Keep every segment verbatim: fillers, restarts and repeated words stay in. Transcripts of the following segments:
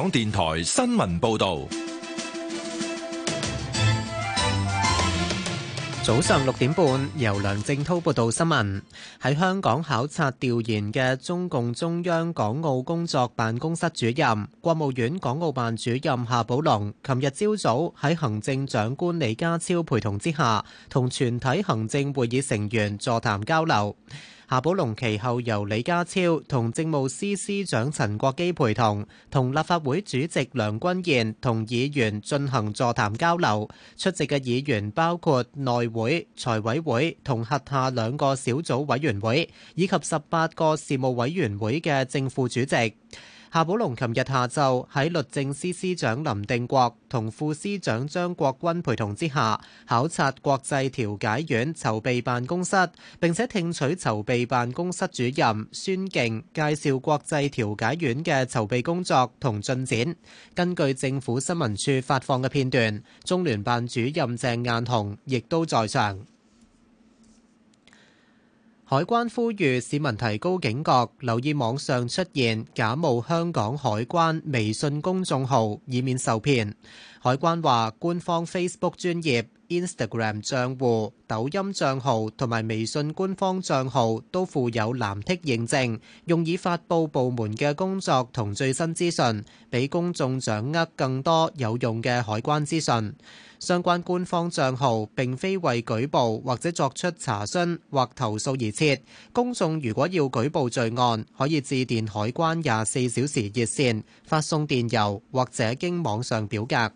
港電台新聞報道。 早上六點半，由梁正滔報道新聞。喺香港考察調研嘅中共中央港澳工作辦公室主任、國務院港澳辦主任夏寶龍，琴日朝早喺行政長官李家超陪同之下，同全體行政會議成員座談交流。夏寶龍其後由李家超同政務司司長陳國基陪同，同立法會主席梁君彥同議員進行座談交流。出席嘅議員包括內會、財委會同轄下兩個小組委員會，以及十八個事務委員會嘅正副主席。夏寶龍琴日下晝喺律政司司長林定國同副司長張國軍陪同之下，考察國際調解院籌備辦公室，並且聽取籌備辦公室主任孫勁介紹國際調解院嘅籌備工作同進展。根據政府新聞處發放嘅片段，中聯辦主任鄭雁雄亦都在場。海關呼籲市民提高警覺，留意網上出現假冒香港海關微信公眾號，以免受騙。海關話，官方 Facebook 專頁、Instagram 賬戶、抖音賬號同埋微信官方賬號都附有藍剔認證，用以發布部門嘅工作同最新資訊，俾公眾掌握更多有用嘅海關資訊。相關官方賬號並非為舉報或者作出查詢或投訴而設，公眾如果要舉報罪案，可以致電海關廿四小時熱線，發送電郵或者經網上表格。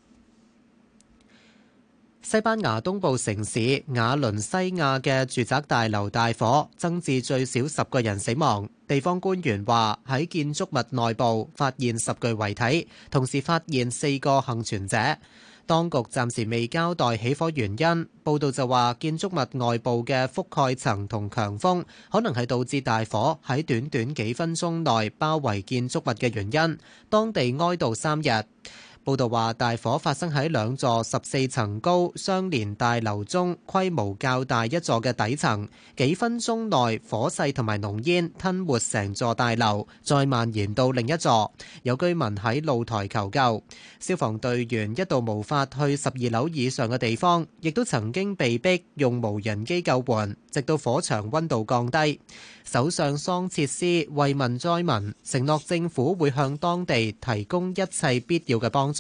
西班牙東部城市瓦倫西亞嘅住宅大樓大火，增至最少十個人死亡。地方官員話喺建築物內部發現十具遺體，同時發現四個幸存者。當局暫時未交代起火原因。報道就話建築物外部嘅覆蓋層同強風可能係導致大火喺短短幾分鐘內包圍建築物嘅原因。當地哀悼三日。報道話，大火發生喺兩座十四層高相連大樓中規模較大一座嘅底層，幾分鐘內火勢同埋濃煙吞沒成座大樓，再蔓延到另一座。有居民喺露台求救，消防隊員一度無法去十二樓以上嘅地方，亦都曾經被逼用無人機救援，直到火場溫度降低。首相桑切斯慰問災民，承諾政府會向當地提供一切必要嘅幫助。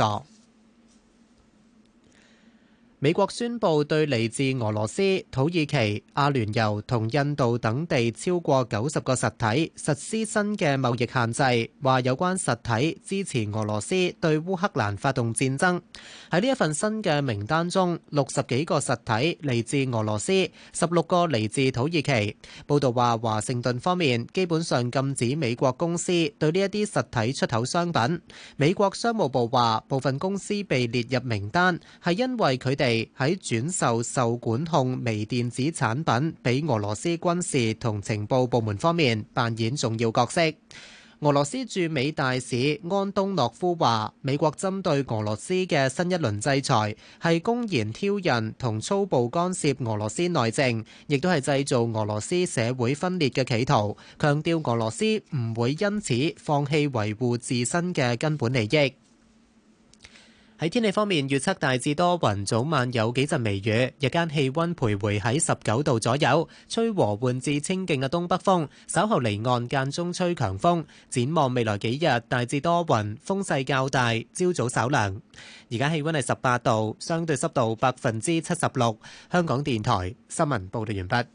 美國宣布對嚟自俄羅斯、土耳其、阿聯酋同印度等地超過九十個實體實施新嘅貿易限制，話有關實體支持俄羅斯對烏克蘭發動戰爭。喺呢一份新嘅名單中，六十幾個實體嚟自俄羅斯，十六個嚟自土耳其。報道話，華盛頓方面基本上禁止美國公司對呢一啲實體出口商品。美國商務部話，部分公司被列入名單係因為佢哋喺轉售受管控微電子產品俾俄羅斯軍事同情報部門方面扮演重要角色。俄羅斯駐美大使安東諾夫話，美國針對俄羅斯嘅新一輪制裁係公然挑釁同粗暴干涉俄羅斯內政，亦都係製造俄羅斯社會分裂嘅企圖，強調俄羅斯唔會因此放棄維護自身嘅根本利益。喺天氣方面，預測大致多雲，早晚有幾陣微雨，日間氣溫徘徊喺十九度左右，吹和緩至清勁嘅東北風，稍後離岸間中吹強風。展望未來幾日，大致多雲，風勢較大，朝早稍涼。而家氣溫係十八度，相對濕度百分之七十六。香港電台新聞報道完畢。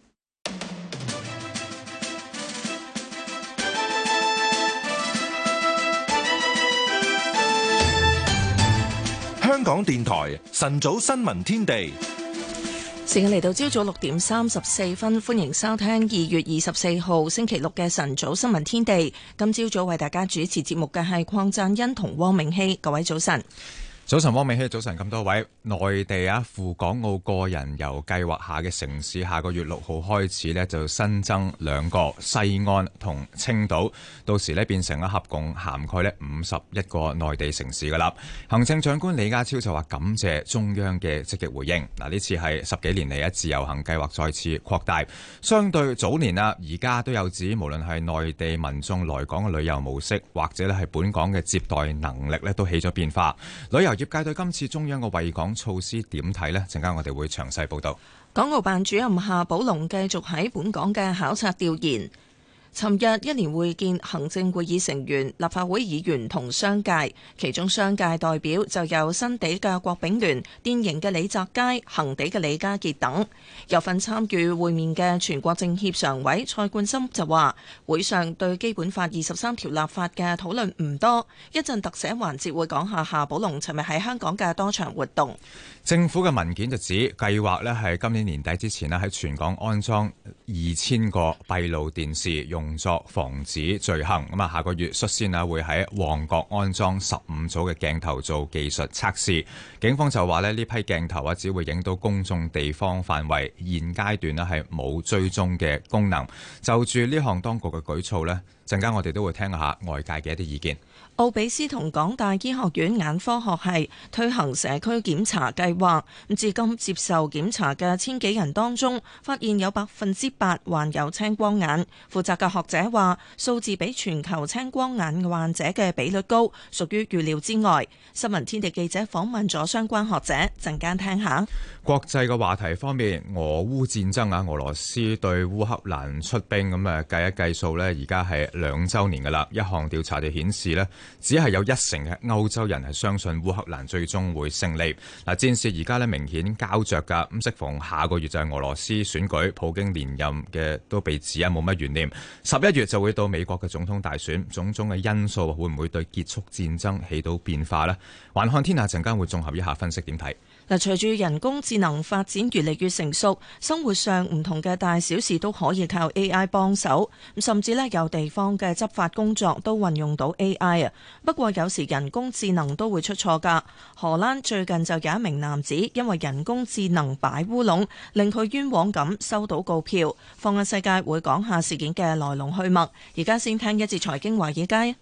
香港電台晨早新聞天地， 時間嚟到朝早六點三十四分，歡迎收聽二月二十四號星期六嘅晨早新聞天地。今朝早為大家主持節目嘅係鄺贊恩同汪明熙，各位早晨。 早晨，汪美希，早晨咁多位。內地啊，赴港澳個人遊計劃下嘅城市，下個月六號開始呢，就新增兩個西安同青島，到時呢，變成咗合共涵蓋呢五十一個內地城市噶啦。行政長官李家超就話感謝中央嘅積極回應。嗱，呢次係十幾年嚟啊，自由行計劃再次擴大，相對早年啊，而家都有指無論係內地民眾來港嘅旅遊模式，或者咧係本港嘅接待能力咧，都起咗變化。旅遊業界對今次中央嘅惠港措施點睇呢？陣間我哋會詳細報導。 港澳辦主任夏寶龍繼續喺本港嘅考察調研。尋日一連會見行政會議成員、立法會議員同商界，其中商界代表就有新地嘅郭炳聯、電盈嘅李澤楷、恒地嘅李家傑等。有份參與會面嘅全國政協常委蔡冠深就話，會上對基本法二十三條立法嘅討論唔多，一陣特寫環節會講下夏寶龍尋日喺香港嘅多場活動。 政府嘅文件就指計劃咧係今年年底之前咧喺全港安裝二千個閉路電視，用作防止罪行。咁啊，下個月率先啊會喺旺角安裝十五組嘅鏡頭做技術測試。警方就話咧呢批鏡頭啊只會影到公眾地方範圍，現階段咧係冇追蹤嘅功能。就住呢項當局嘅舉措呢，陣間我哋都會聽下外界嘅一啲意見。 奧比斯同港大醫學院眼科學系推行社區檢查計劃，至今接受檢查嘅千幾人當中，發現有百分之八患有青光眼。負責嘅學者話，數字比全球青光眼患者嘅比率高，屬於預料之外。新聞天地記者訪問咗相關學者，陣間聽下。 國際嘅話題方面，俄烏戰爭啊，俄羅斯對烏克蘭出兵，咁啊計一計數呢，而家係兩週年㗎啦。一項調查就顯示呢，只係有一成嘅歐洲人係相信烏克蘭最終會勝利。嗱，戰事而家呢明顯膠着㗎，咁適逢下個月就係俄羅斯選舉，普京連任嘅都被指啊冇乜懸念。十一月就會到美國嘅總統大選，種種嘅因素會唔會對結束戰爭起到變化呢？環看天下陣間會綜合一下分析點睇。 嗱，隨住人工智能發展越嚟越成熟，生活上唔同嘅大小事都可以靠 A I 幫手，甚至咧有地方嘅執法工作都運用到 A I 啊。不過有時人工智能都會出錯㗎。荷蘭最近就有一名男子因為人工智能擺烏龍，令佢冤枉咁收到告票。放眼世界會講下事件嘅來龍去脈。而家先聽一節財經華爾街。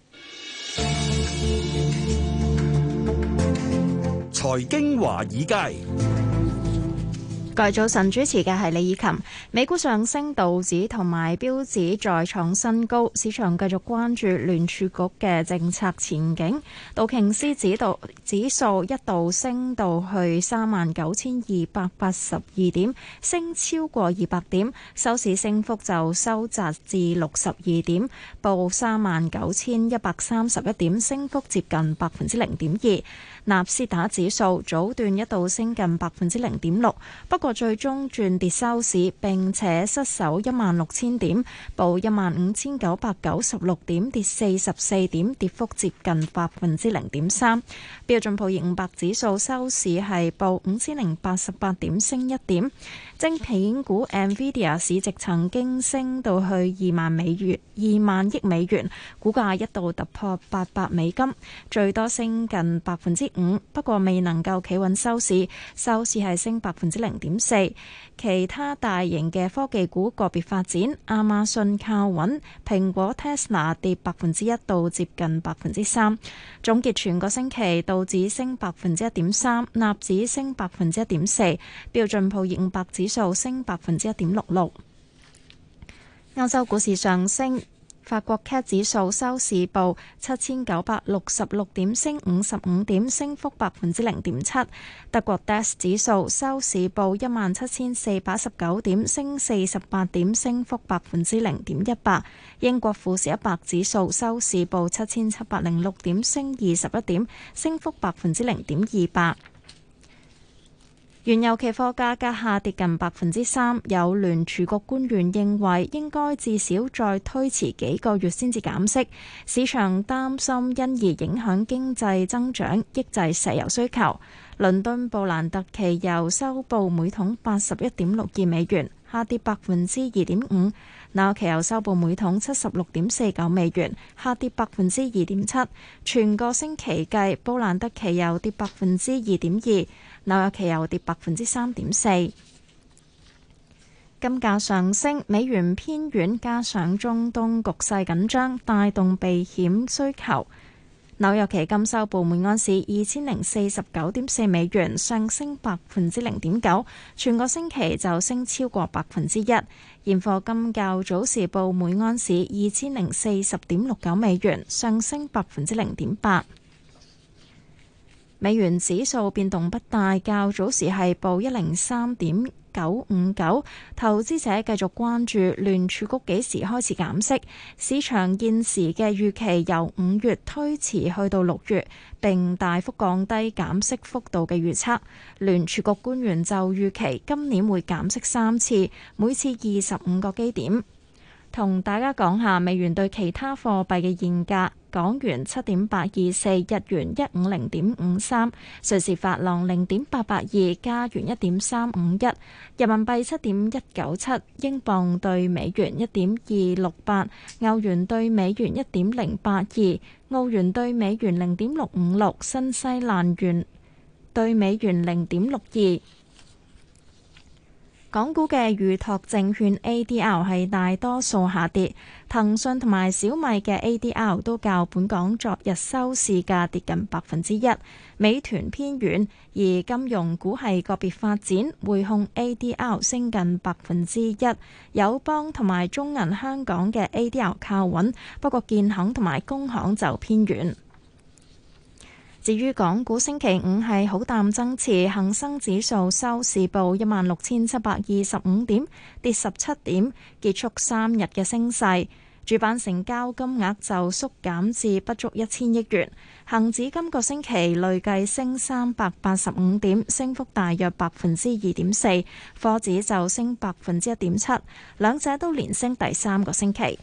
財經華爾街， 各位早晨，主持嘅係李以琴。美股上升，道指同埋標指再創新高，市場繼續關注聯儲局嘅政策前景。道瓊斯指道指數一度升到去三萬九千二百八十二點，升超過二百點，收市升幅就收窄至六十二點，報三萬九千一百三十一點，升幅接近百分之零點二。納斯達克指數早段一度升近百分之零點六，不過最終轉跌收市，並且失守一萬六千點，報一萬五千九百九十六點，跌四十四點，跌幅接近百分之零點三。標準普爾五百指數收市係報五千零八十八點，升一點。晶片股 Nvidia 市值曾經升到去二萬美元、二萬億美元，股價一度突破八百美金，最多升近百分之五，不過未能夠企穩收市，收市係升百分之零點四。其他大型嘅科技股個別發展，亞馬遜靠穩，蘋果 Tesla 跌百分之一到接近百分之三。總結全個星期，道指升百分之一點三，納指升百分之一點四，標準普爾五百指數升百分之一點六六。歐洲股市上升。法國 C A C 指數收市報七千九百六十六點，升五十五點，升幅百分之零點七。德國 D A X 指數收市報一萬七千四百十九點，升四十八點，升幅百分之零點一八。英國富時一百指數收市報七千七百零六點，升二十一點，升幅百分之零點二八。原油期貨價格下跌近百分之三，有聯儲局官員認為應該至少再推遲幾個月先至減息，市場擔心因而影響經濟增長，抑制石油需求。倫敦布蘭特期油收報每桶八十一點六二美元， 下跌百分之二點五。紐約期油收報每桶七十六點四九美元，下跌百分之二點七。全個星期計，布蘭特期油跌百分之二點二，紐約期油跌百分之三點四。金價上升，美元偏軟，加上中東局勢緊張，帶動避險需求。紐約期金收報每安士二千零四十九點四美元，上升百分之零點九，全個星期就升超過百分之一。現貨金較早時報每安士二千零四十點六九美元，上升百分之零點八。美元指數變動不大，較早時係報一零三點九五九，投資者繼續關注聯儲局幾時開始減息。市場現時嘅預期由五月推遲去到六月，並大幅降低減息幅度嘅預測。聯儲局官員就預期今年會減息三次，每次二十五個基點。同大家講下美元對其他貨幣嘅現價：港元七點八二四，日元一五零點五三，瑞士法郎零點八八二，加元一點三五一，人民幣七點一九七，英鎊對美元一點二六八，歐元對美元一點零八二，澳元對美元零點六五六，新西蘭元對美元零點六二。港股嘅預託證券 A D R 係大多數下跌，騰訊同埋小米嘅 A D R 都較本港昨日收市價跌近百分之一，美團偏軟，而金融股係個別發展，匯控 A D R 升近百分之一，友邦同埋中銀香港嘅 A D R 靠穩，不過建行同埋工行就偏軟。至於港股星期五係好淡爭持，恒生指數收市報一萬六千七百二十五點，跌十七點，結束三日嘅升勢。主板成交金額就縮減至不足一千億元。恒指今個星期累計升三百八十五點，升幅大約百分之二點四。科指就升百分之一點七，兩者都連升第三個星期。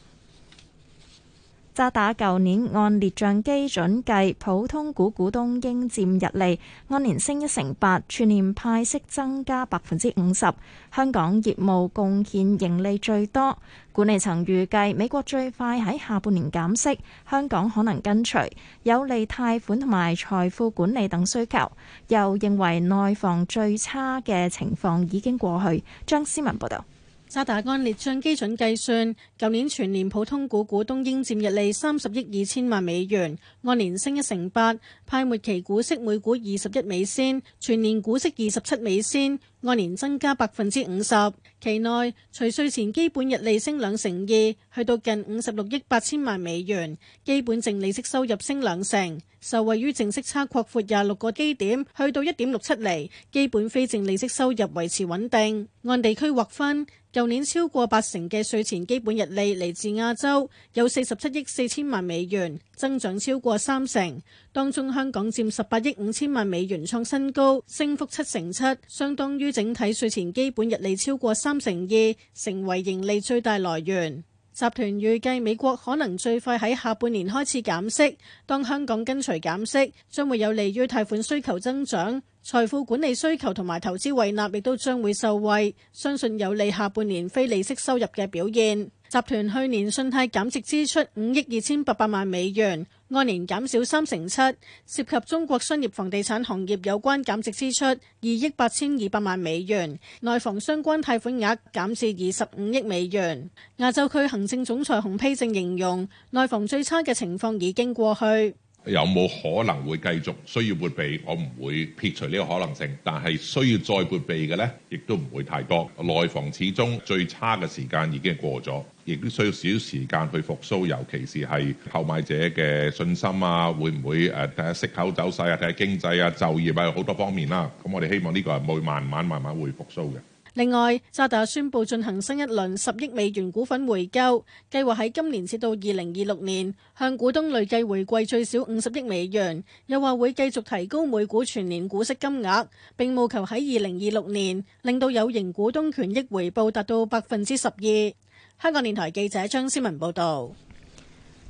渣打舊年按列賬基準計，普通股股東應佔溢利按年升一成八，全年派息增加百分之五十。香港業務貢獻盈利最多。管理層預計美國最快喺下半年減息，香港可能跟隨，有利貸款同埋財富管理等需求。又認為內房最差嘅情況已經過去。張思文報道。 渣打按列賬基準計算，舊年全年普通股股東應佔溢利三十億二千萬美元，按年升一成八，派末期股息每股二十一美仙，全年股息二十七美仙，按年增加百分之五十。期內除稅前基本溢利升兩成二，去到近五十六億八千萬美元，基本淨利息收入升兩成，受惠於淨息差擴闊廿六個基點，去到一點六七厘，基本非淨利息收入維持穩定。按地區劃分，舊年超過八成嘅稅前基本溢利嚟自亞洲，有四十七億四千萬美元，增長超過三成。當中香港佔十八億五千萬美元，創新高，升幅七成七，相當於整體稅前基本溢利超過三成二，成為盈利最大來源。集團預計美國可能最快喺下半年開始減息，當香港跟隨減息，將會有利於貸款需求增長，財富管理需求同埋投資胃納亦都將會受惠，相信有利下半年非利息收入嘅表現。集團去年信貸減值支出五億二千八百萬美元，按年減少三成七，涉及中國商業房地產行業有關減值支出二億八千二百萬美元，內房相關貸款額減至二十五億美元。亞洲區行政總裁洪丕正形容，內房最差嘅情況已經過去。 有冇可能會繼續需要撥備？我唔會撇除呢個可能性，但係需要再撥備嘅呢，亦都唔會太多。內房始終最差嘅時間已經過咗，亦都需要少少時間去復甦，尤其是係購買者嘅信心啊，會唔會誒睇下息口走勢啊，睇下經濟啊、就業啊，好多方面啦。咁我哋希望呢個係會慢慢慢慢會復甦嘅。 另外，渣打宣布進行新一輪十億美元股份回購，計劃喺今年至到二零二六年向股東累計回饋最少五十億美元，又話會繼續提高每股全年股息金額，並務求喺二零二六年令到有形股東權益回報達到百分之十二。香港電台記者張思文報道。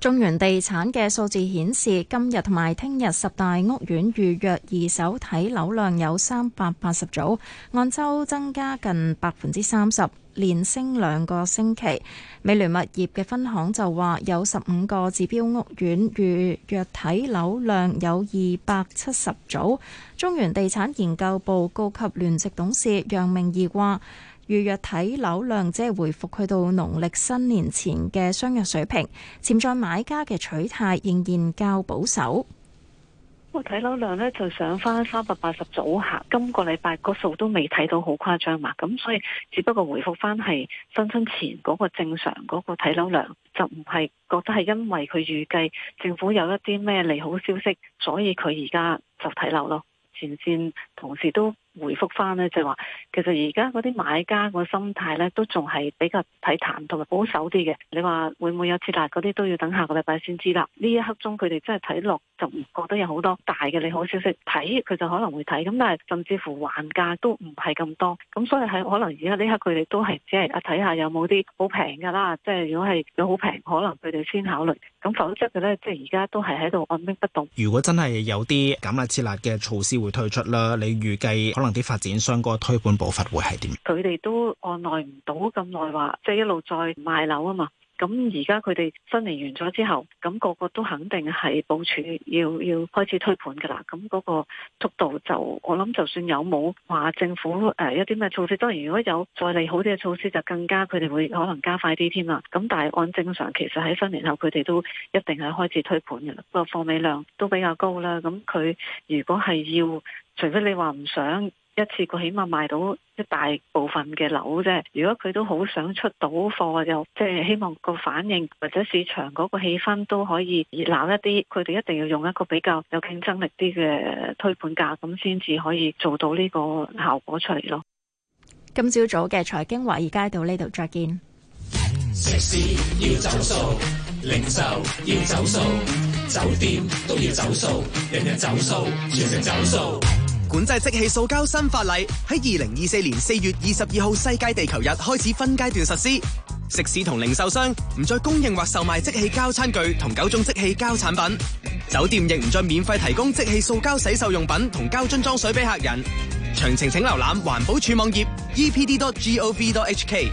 中原地產嘅數字顯示，今日同埋聽日十大屋苑預約二手睇樓量有三百八十組，按週增加近百分之三十，連升兩個星期。美聯物業嘅分行就話，有十五個指標屋苑預約睇樓量有二百七十組。中原地產研究部高級聯席董事楊明義話，預約睇樓量只係回復去到農曆新年前嘅相若水平，潛在買家嘅取態仍然較保守。 個睇樓量咧就上翻三百八十組下，今個禮拜個數都未睇到好誇張嘛，咁所以只不過回復翻係新春前嗰個正常嗰個睇樓量，就唔係覺得係因為佢預計政府有一啲咩利好消息，所以佢而家就睇樓咯。前線同事都回覆翻呢，就係話其實而家嗰啲買家個心態呢，都仲係比較睇淡同埋保守啲嘅。你話會唔會有撤辣嗰啲都要等下個禮拜先知啦。呢一刻鐘佢哋真係睇落就唔覺得有好多大嘅利好消息，睇佢就可能會睇，咁但係甚至乎還價都唔係咁多，咁所以喺可能而家呢刻佢哋都係只係啊睇下有冇啲好平㗎啦，即係如果係有好平，可能佢哋先考慮。咁否則嘅呢，即係而家都係喺度按兵不動。 如果真係有啲減辣撤辣嘅措施會推出啦，你預計可能啲發展商嗰個推盤步伐會係點？ 佢哋都按耐唔到咁耐話，即係一路再賣樓啊嘛。咁而家佢哋新年完咗之後，咁個個都肯定係部署要要開始推盤㗎啦。咁嗰個速度就我諗，就算有冇話政府誒一啲咩措施，當然如果有再利好啲嘅措施，就更加佢哋會可能加快啲添啦。咁但係按正常，其實喺新年後佢哋都一定係開始推盤㗎啦。個貨尾量都比較高啦。咁佢如果係要，除非你話唔想一次過起碼賣到一大部分嘅樓啫。如果佢都好想出到貨，又即係希望個反應或者市場嗰個氣氛都可以熱鬧一啲，佢哋一定要用一個比較有競爭力啲嘅推盤價，咁先至可以做到呢個效果出嚟咯。 今朝早嘅財經華爾街到呢度再見。 食肆要走數，零售要走數，酒店都要走數，人人走數，全城走數。 管制即棄塑膠新法例喺二零二四年四月二十二號世界地球日開始分階段實施。食肆同零售商唔再供應或售賣即棄膠餐具同九種即棄膠產品。酒店亦唔再免費提供即棄塑膠洗手用品同膠樽裝水俾客人。詳情請瀏覽環保署網頁 e p d dot gov dot h k。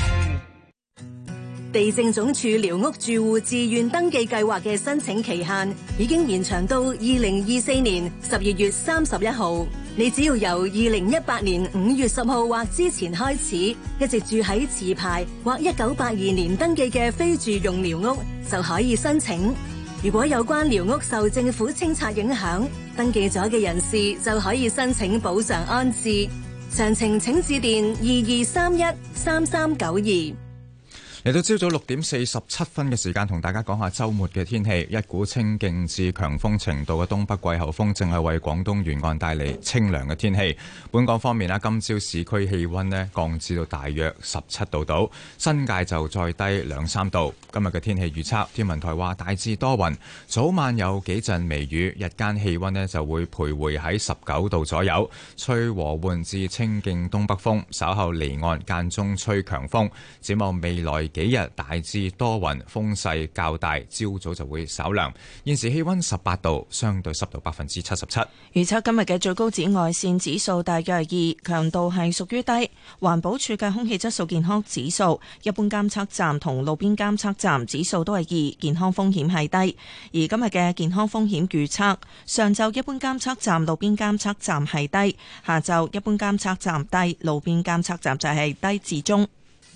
地政總署寮屋住戶自願登記計劃嘅申請期限已經延長到二零二四年十二月三十一號。你只要由二零一八年五月十號或之前開始，一直住喺持牌或一九八二年登記嘅非住用寮屋，就可以申請。如果有關寮屋受政府清拆影響，登記咗嘅人士就可以申請補償安置。詳情請致電二二三一三三九二。 嚟到朝早六點四十七分嘅時間，同大家講下週末嘅天氣。一股清勁至強風程度嘅東北季候風正係為廣東沿岸帶嚟清涼嘅天氣。本港方面咧，今朝市區氣溫咧降至到大約十七度度，新界就再低兩三度。今日嘅天氣預測，天文台話大致多雲，早晚有幾陣微雨，日間氣溫咧就會徘徊喺十九度左右，吹和緩至清勁東北風，稍後離岸間中吹強風。展望未來幾日大致多雲，風勢較大，朝早就會稍涼。現時氣溫十八度，相對濕度百分之七十七。 預測今日嘅最高紫外線指數大約係二，強度係屬於低。環保署嘅空氣質素健康指數，一般監測站同路邊監測站指數都係二，健康風險係低。而今日嘅健康風險預測，上晝一般監測站、路邊監測站係低，下晝一般監測站低，路邊監測站就係低至中。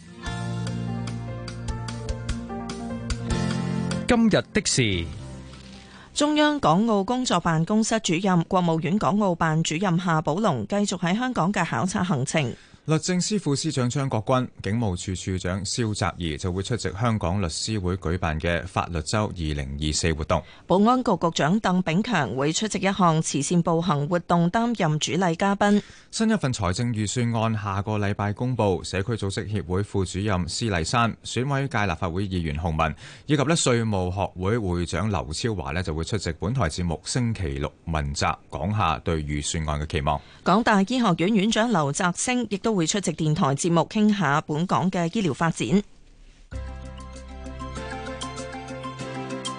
今日的事， 中央港澳工作辦公室主任、國務院港澳辦主任夏寶龍繼續喺香港嘅考察行程。 律政司副司長張國軍、警務處處長蕭澤頤就會出席香港律師會舉辦嘅法律週二零二四活動。 保安局局長鄧炳強會出席一項慈善步行活動，擔任主禮嘉賓。 新一份財政預算案下個禮拜公佈，社區組織協會副主任施麗珊、選委界立法會議員洪文以及咧稅務學會會長劉超華咧就會出席本台節目星期六問責，講下對預算案嘅期望。 港大醫學院院長劉澤星亦都會出席電台節目，傾下本港嘅醫療發展。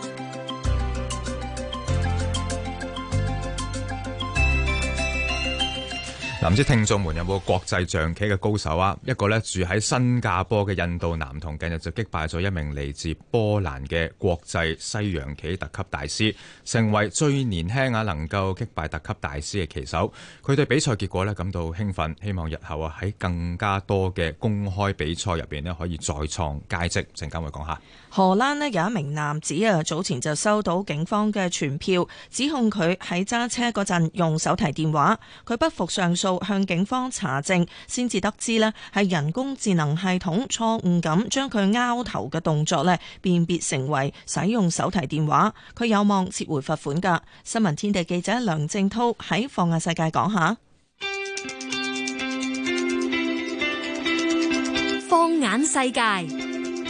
唔知聽眾們有冇國際象棋嘅高手啊？一個咧住喺新加坡嘅印度男童近日就擊敗咗一名嚟自波蘭嘅國際西洋棋特級大師，成為最年輕啊能夠擊敗特級大師嘅棋手。佢對比賽結果咧感到興奮，希望日後啊喺更加多嘅公開比賽入邊咧可以再創佳績。陣間會講下。 荷蘭咧有一名男子啊，早前就收到警方嘅傳票，指控佢喺揸車嗰陣用手提電話。佢不服上訴，向警方查證，先至得知呢係人工智能系統錯誤咁將佢拗頭嘅動作呢辨別成為使用手提電話。佢有望撤回罰款㗎。新聞天地記者梁正濤喺放眼世界講下。 放眼世界。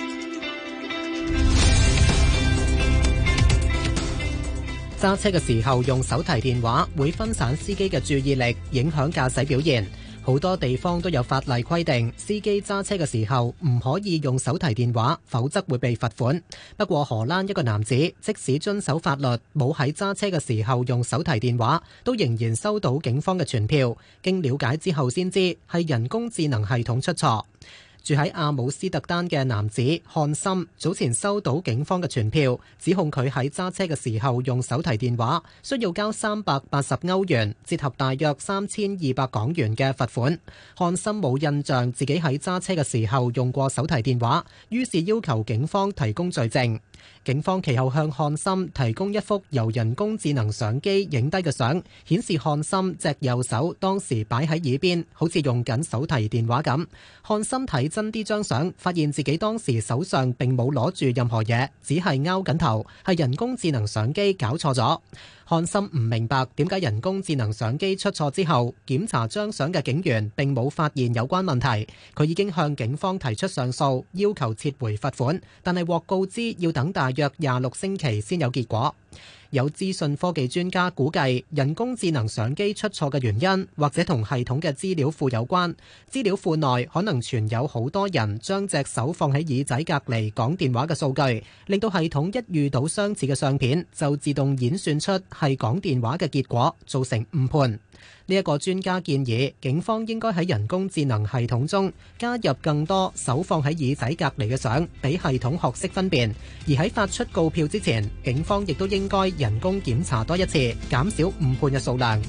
揸車嘅時候用手提電話會分散司機嘅注意力，影響駕駛表現。好多地方都有法例規定，司機揸車嘅時候唔可以用手提電話，否則會被罰款。不過荷蘭一個男子即使遵守法律，冇喺揸車嘅時候用手提電話，都仍然收到警方嘅傳票。經了解之後先知係人工智能系統出錯。住喺阿姆斯特丹嘅男子漢森早前收到警方嘅傳票，指控佢喺揸車嘅時候用手提電話，需要交三百八十歐元，折合大約三千二百港元嘅罰款。漢森冇印象自己喺揸車嘅時候用過手提電話，於是要求警方提供罪證。警方其後向漢森提供一幅由人工智能相機影低嘅相，顯示漢森隻右手當時擺喺耳邊，好似用緊手提電話咁。漢森睇真啲張相，發現自己當時手上並冇攞住任何嘢，只係拗緊頭，係人工智能相機搞錯咗。漢森唔明白點解人工智能相機出錯之後，檢查張相嘅警員並冇發現有關問題。佢已經向警方提出上訴，要求撤回罰款，但係獲告知要等大約廿六星期先有結果。有資訊科技專家估計，人工智能相機出錯嘅原因，或者同系統嘅資料庫有關。資料庫內可能存有好多人將隻手放喺耳仔隔離講電話嘅數據，令到系統一遇到相似嘅相片，就自動演算出係講電話嘅結果，造成誤判。呢一個專家建議，警方應該喺人工智能系統中加入更多手放喺耳仔隔離嘅相，俾系統學識分辨。而喺發出告票之前，警方亦都應該人工檢查多一次，減少誤判嘅數量。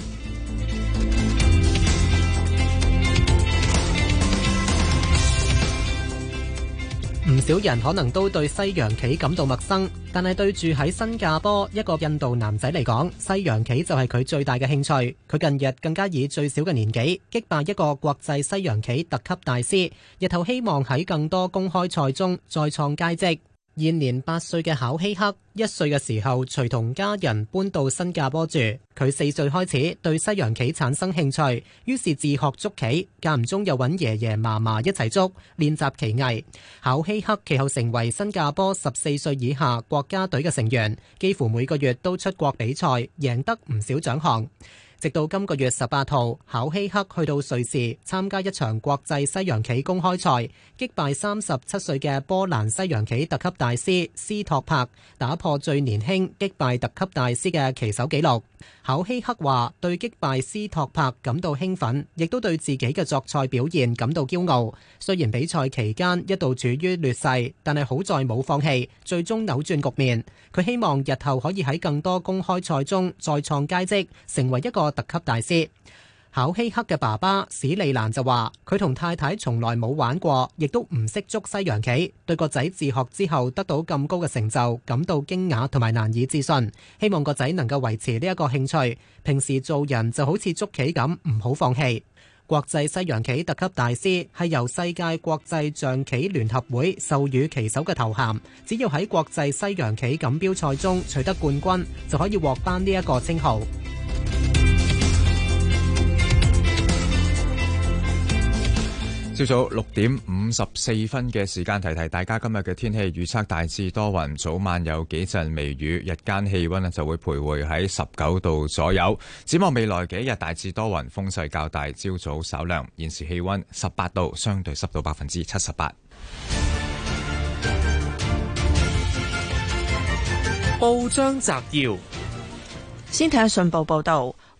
唔少人可能都對西洋棋感到陌生，但係對住喺新加坡一個印度男仔嚟講，西洋棋就係佢最大嘅興趣。佢近日更加以最小嘅年紀擊敗一個國際西洋棋特級大師，日後希望喺更多公開賽中再創佳績。現年八歲嘅考希克，一歲嘅時候隨同家人搬到新加坡住。佢四歲開始對西洋棋產生興趣，於是自學捉棋，間唔中又揾爺爺嫲嫲一齊捉，練習棋藝。考希克其後成為新加坡十四歲以下國家隊嘅成員，幾乎每個月都出國比賽，贏得唔少獎項。直到今個月十八號，考希克去到瑞士參加一場國際西洋棋公開賽，擊敗三十七歲嘅波蘭西洋棋特級大師斯托柏，打破最年輕擊敗特級大師嘅棋手紀錄。考希克話對擊敗斯托柏感到興奮，亦都對自己嘅作賽表現感到驕傲。雖然比賽期間一度處於劣勢，但係好在冇放棄，最終扭轉局面。佢希望日後可以喺更多公開賽中再創佳績，成為一個特級大師。考希克嘅爸爸史利蘭就話，佢同太太從來冇玩過，亦都唔識捉西洋棋，對個仔自學之後得到咁高嘅成就感到驚訝同埋難以置信，希望個仔能夠維持呢一個興趣，平時做人就好似捉棋咁，唔好放棄。國際西洋棋特級大師係由世界國際象棋聯合會授予棋手嘅頭銜，只要喺國際西洋棋錦標賽中取得冠軍，就可以獲頒呢一個稱號。 朝早六點五十四分嘅時間，提提大家今日嘅天氣預測，大致多雲，早晚有幾陣微雨，日間氣溫就會徘徊喺十九度左右。展望未來幾日，大致多雲，風勢較大，朝早稍涼。現時氣溫十八度，相對濕度百分之七十八。 報章摘要， 先睇下信報報道。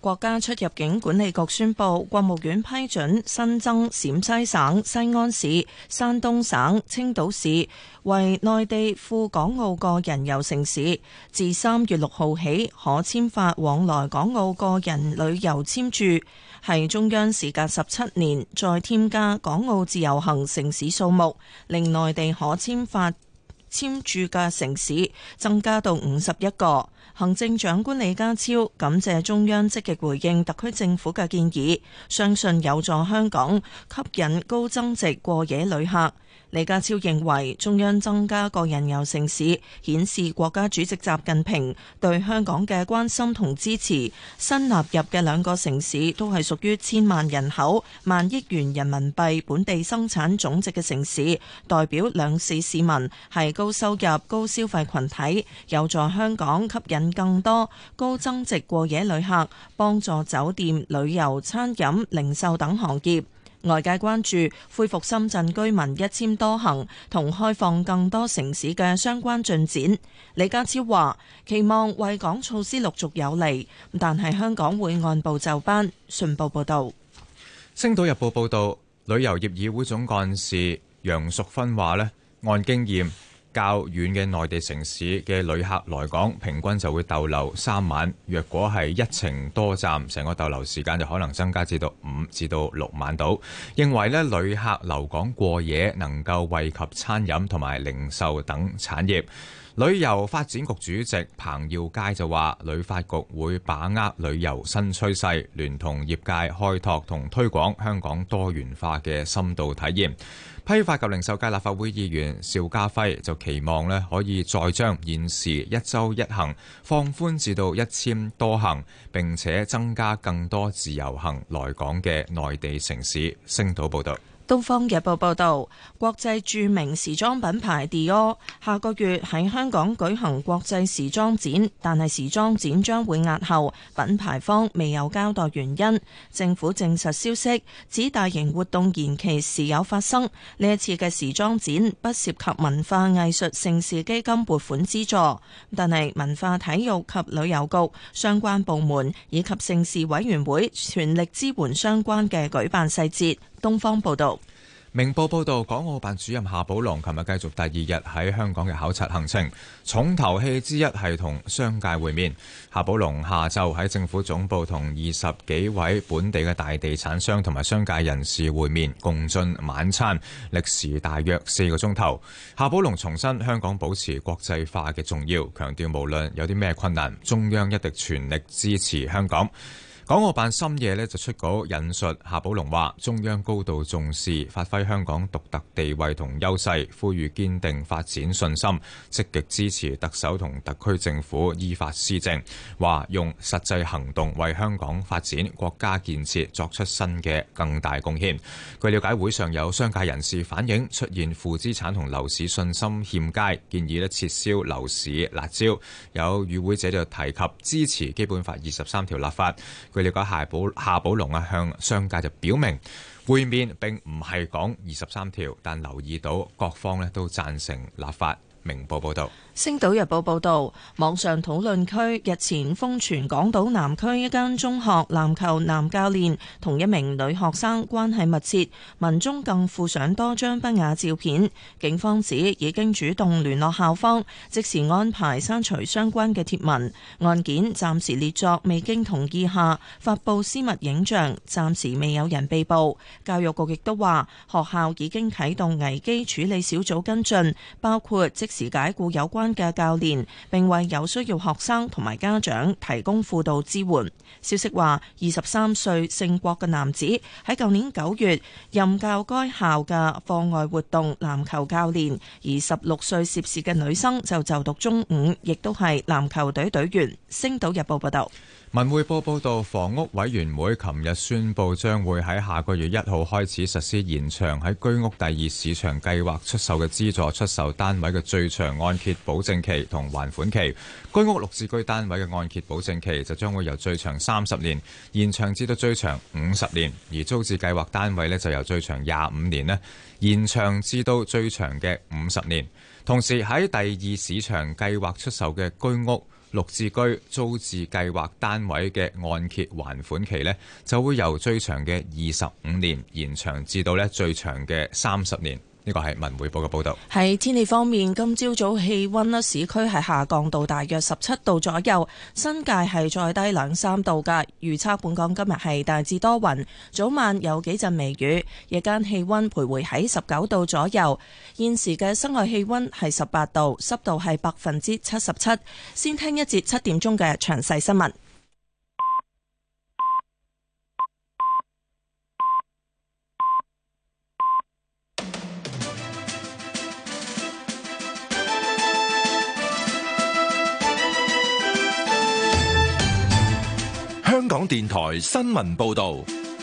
國家出入境管理局宣布，國務院批准新增陝西省、西安市、山東省、青島市為內地赴港澳個人遊城市，自三月六號起可簽發往來港澳個人旅遊簽注，係中央時隔十七年再添加港澳自由行城市數目，令內地可簽發簽注嘅城市增加到五十一個。行政長官李家超感謝中央積極回應特區政府嘅建議，相信有助香港吸引高增值過夜旅客。李家超認為中央增加個人遊城市，顯示國家主席習近平對香港嘅關心同支持。新納入嘅兩個城市都係屬於千萬人口、萬億元人民幣本地生產總值嘅城市，代表兩市市民係高收入、高消費群體，有助香港吸引更多高增值過夜旅客，幫助酒店、旅遊、餐飲、零售等行業。外界關注恢復深圳居民一簽多行同開放更多城市嘅相關進展。李家超話期望惠港措施陸續有嚟，但係香港會按部就班。信報報道。 星島日報報道，旅遊業議會總幹事楊淑芬話呢，按經驗，較遠嘅內地城市嘅旅客來港，平均就會逗留三晚。若果係一程多站，成個逗留時間就可能增加至到五至到六晚度。認為呢，旅客留港過夜能夠惠及餐飲同埋零售等產業。旅遊發展局主席彭耀佳就話，旅發局會把握旅遊新趨勢，聯同業界開拓同推廣香港多元化嘅深度體驗。批發及零售界立法會議員邵家輝就期望咧可以再將現時一週一行放寬至到一簽多行，並且增加更多自由行來港嘅內地城市。星島報道。 《東方日報》報導，國際著名時裝品牌 Dior 下個月喺香港舉行國際時裝展，但係時裝展將會押後，品牌方未有交代原因。政府證實消息，指大型活動延期時有發生。呢一次嘅時裝展不涉及文化藝術盛事基金撥款資助，但係文化體育及旅遊局相關部門以及盛事委員會全力支援相關嘅舉辦細節。東方報道。 明報報道，港澳辦主任夏寶龍琴日繼續第二日喺香港嘅考察行程，重頭戲之一係同商界會面。夏寶龍下晝喺政府總部同二十幾位本地嘅大地產商同埋商界人士會面，共進晚餐，歷時大約四個鐘頭。夏寶龍重申香港保持國際化嘅重要，強調無論有啲咩困難，中央一定全力支持香港。港澳辦深夜呢就出稿引述夏寶龍話，中央高度重視發揮香港獨特地位同優勢，呼籲堅定發展信心，積極支持特首同特區政府依法施政，話用實際行動為香港發展、國家建設作出新嘅更大貢獻。據了解，會上有商界人士反映出現負資產同樓市信心欠佳，建議呢撤銷樓市辣招。有與會者就提及支持基本法二十三條立法。據了解，夏寶夏寶龍啊向商界就表明，會面並唔係講二十三條，但留意到各方咧都贊成立法。明報報道。 《星島日報》報導，網上討論區日前瘋傳港島南區一間中學籃球男教練同一名女學生關係密切，文中更附上多張不雅照片。警方指已經主動聯絡校方，即時安排刪除相關嘅貼文。案件暫時列作未經同意下發布私密影像，暫時未有人被捕。教育局亦都話，學校已經啟動危機處理小組跟進，包括即時解僱有關嘅教練，並為有需要學生同埋家長提供輔導支援。消息話，二十三歲姓郭嘅男子喺舊年九月任教該校嘅課外活動籃球教練，而十六歲涉事嘅女生就就讀中五，亦都係籃球隊隊員。星島日報報道。 文匯報報道，房屋委員會琴日宣布，將會喺下個月一號開始實施延長喺居屋第二市場計劃出售嘅資助出售單位嘅最長按揭保證期同還款期。居屋綠置居單位嘅按揭保證期就將會由最長三十年延長至到最長五十年，而租置計劃單位呢就由最長廿五年呢延長至到最長嘅五十年。同時喺第二市場計劃出售嘅居屋綠置居租置計劃單位嘅按揭還款期呢，就會由最長嘅二十五年延長至到呢最長嘅三十年。呢個係文匯報嘅報導。 喺天氣方面，今朝早氣温呢，市區係下降到大約十七度左右，新界係再低兩三度㗎。預測本港今日係大致多雲，早晚有幾陣微雨，夜間氣温徘徊喺十九度左右。現時嘅室外氣温係十八度，濕度係百分之七十七。先聽一節七點鐘嘅詳細新聞。 香港電台新聞報道，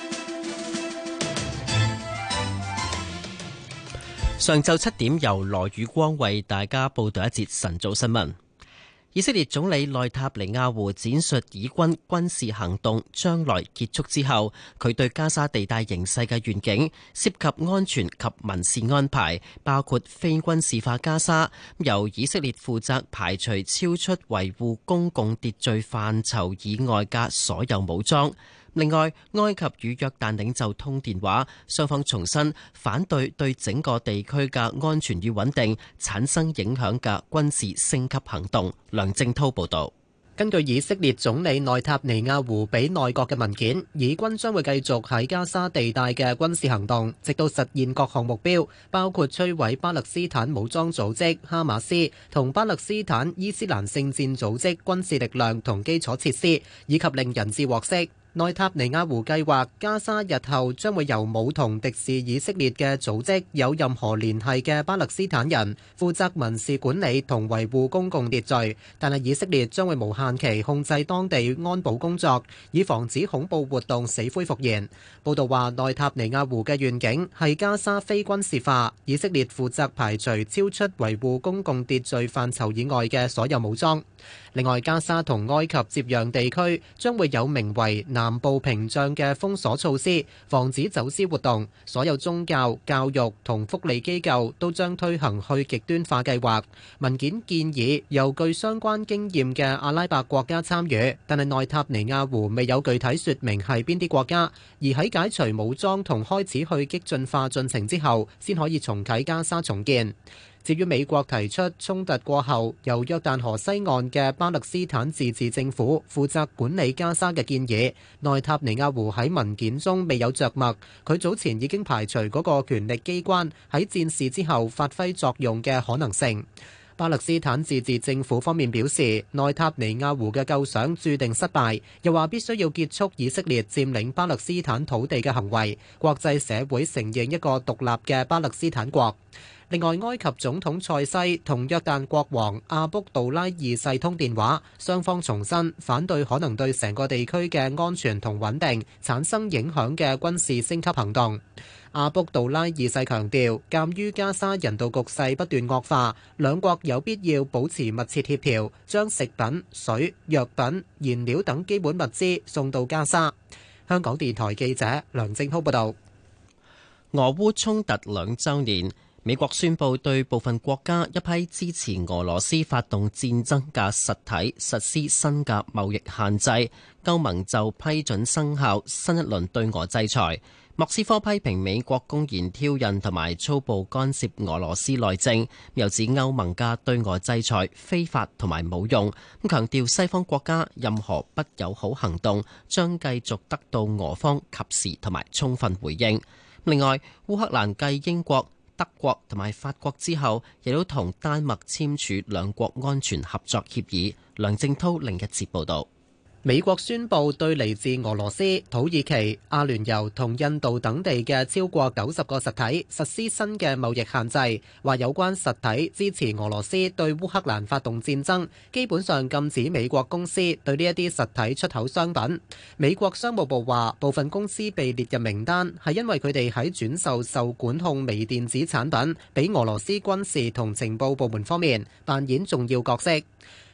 上晝七點由羅宇光為大家報道一節晨早新聞。以色列總理內塔尼亞胡展述以軍軍事行動將來結束之後，佢對加沙地帶形勢嘅願景，涉及安全及民事安排，包括非軍事化加沙，由以色列負責排除超出維護公共秩序範疇以外嘅所有武裝。另外，埃及與約旦領袖通電話，雙方重申反對對整個地區嘅安全與穩定產生影響嘅軍事升級行動。梁正滔報導。 根據以色列總理內塔尼亞胡俾內閣嘅文件，以軍將會繼續喺加沙地帶嘅軍事行動，直到實現各項目標，包括摧毀巴勒斯坦武裝組織哈馬斯同巴勒斯坦伊斯蘭聖戰組織軍事力量同基礎設施，以及令人質獲釋。內塔尼亞胡計劃加沙日後將會由冇同敵視以色列嘅組織有任何聯繫嘅巴勒斯坦人負責民事管理同維護公共秩序，但係以色列將會無限期控制當地安保工作，以防止恐怖活動死灰復燃。報道話，內塔尼亞胡嘅願景係加沙非軍事化，以色列負責排除超出維護公共秩序範疇以外嘅所有武裝。另外，加沙同埃及接壤地區將會有名為南部屏障嘅封鎖措施，防止走私活動。所有宗教、教育同福利機構都將推行去極端化計劃。文件建議由具相關經驗嘅阿拉伯國家參與，但係內塔尼亞胡未有具體說明係邊啲國家。而喺解除武裝同開始去激進化進程之後，先可以重啟加沙重建。至於美國提出衝突過後由約旦河西岸嘅巴勒斯坦自治政府負責管理加沙嘅建議，內塔尼亞胡喺文件中未有着墨。佢早前已經排除嗰個權力機關喺戰事之後發揮作用嘅可能性。巴勒斯坦自治政府方面表示，內塔尼亞胡嘅構想注定失敗，又話必須要結束以色列佔領巴勒斯坦土地嘅行為，國際社會承認一個獨立嘅巴勒斯坦國。另外，埃及總統塞西同約旦國王阿卜杜拉二世通電話，雙方重申反對可能對成個地區嘅安全同穩定產生影響嘅軍事升級行動。阿卜杜拉二世強調，鑑於加沙人道局勢不斷惡化，兩國有必要保持密切協調，將食品、水、藥品、燃料等基本物資送到加沙。香港電台記者梁正滔報導。 俄烏衝突兩週年，美國宣布對部分國家一批支持俄羅斯發動戰爭嘅實體實施新嘅貿易限制，歐盟就批准生效新一輪對俄制裁。莫斯科批評美國公然挑釁同埋粗暴干涉俄羅斯內政，又指歐盟嘅對俄制裁非法同埋冇用，咁強調西方國家任何不友好行動將繼續得到俄方及時同埋充分回應。另外，烏克蘭繼英國、德國同埋法國之後，亦都同丹麥簽署兩國安全合作協議。梁正滔另一節報導。 美國宣布對嚟自俄羅斯、土耳其、阿聯酋同印度等地嘅超過九十個實體實施新嘅貿易限制，話有關實體支持俄羅斯對烏克蘭發動戰爭，基本上禁止美國公司對呢一啲實體出口商品。美國商務部話，部分公司被列入名單係因為佢哋喺轉售受管控微電子產品俾俄羅斯軍事同情報部門方面扮演重要角色。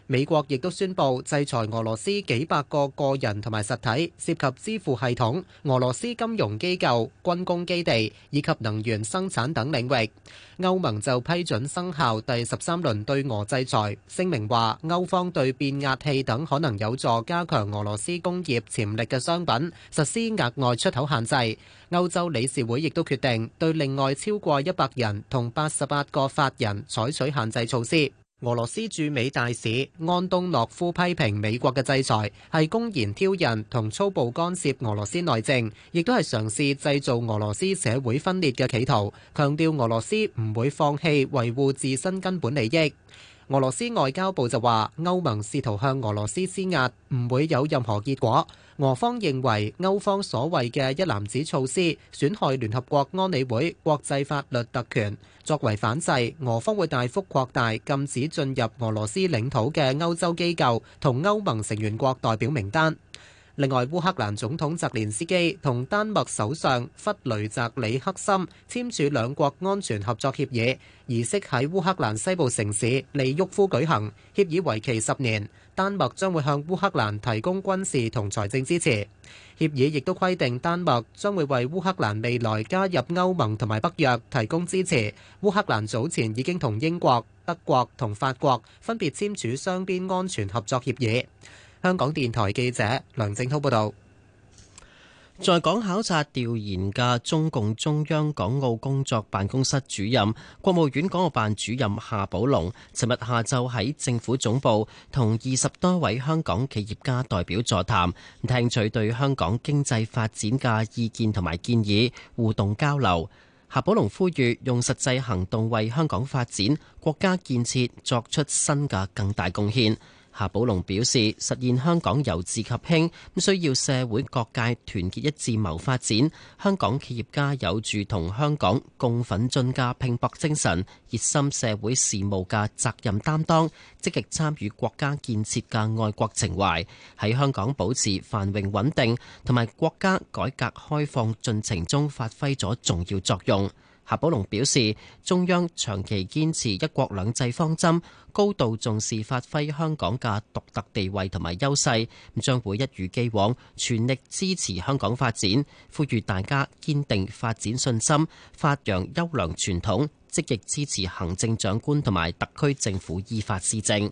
美國亦都宣布制裁俄羅斯幾百個個人同埋實體，涉及支付系統、俄羅斯金融機構、軍工基地以及能源生產等領域。歐盟就批准生效第十三輪對俄制裁，聲明話歐方對變壓器等可能有助加強俄羅斯工業潛力嘅商品實施額外出口限制。歐洲理事會亦都決定對另外超過一百人同八十八個法人採取限制措施。俄羅斯駐美大使安東諾夫批評美國嘅制裁係公然挑釁同粗暴干涉俄羅斯內政，亦都係嘗試製造俄羅斯社會分裂嘅企圖，強調俄羅斯唔會放棄維護自身根本利益。俄羅斯外交部就話，歐盟試圖向俄羅斯施壓，唔會有任何結果。俄方認為歐方所謂嘅一籃子措施損害聯合國安理會國際法律特權。作為反制，俄方會大幅擴大禁止進入俄羅斯領土嘅歐洲機構同歐盟成員國代表名單。另外，烏克蘭總統澤連斯基同丹麥首相弗雷澤里克森簽署兩國安全合作協議，儀式喺烏克蘭西部城市利沃夫舉行。協議為期十年，丹麥將會向烏克蘭提供軍事同財政支持。協議亦都規定丹麥將會為烏克蘭未來加入歐盟同埋北約提供支持。烏克蘭早前已經同英國、德國同法國分別簽署雙邊安全合作協議。香港電台記者梁正滔報導。 在港考察調研嘅中共中央港澳工作辦公室主任、國務院港澳辦主任夏寶龍，尋日下晝喺政府總部同二十多位香港企業家代表座談，聽取對香港經濟發展嘅意見同埋建議，互動交流。夏寶龍呼籲用實際行動為香港發展、國家建設作出新嘅更大貢獻。夏寶龍表示，實現香港由治及興，需要社會各界團結一致謀發展。香港企業家有住同香港共奮進嘅拼搏精神，熱心社會事務嘅責任擔當，積極參與國家建設嘅愛國情懷，喺香港保持繁榮穩定同埋國家改革開放進程中發揮咗重要作用。夏寶龍表示，中央長期堅持一國兩制方針，高度重視發揮香港嘅獨特地位同埋優勢，將會一如既往全力支持香港發展，呼籲大家堅定發展信心，發揚優良傳統，積極支持行政長官同埋特區政府依法施政。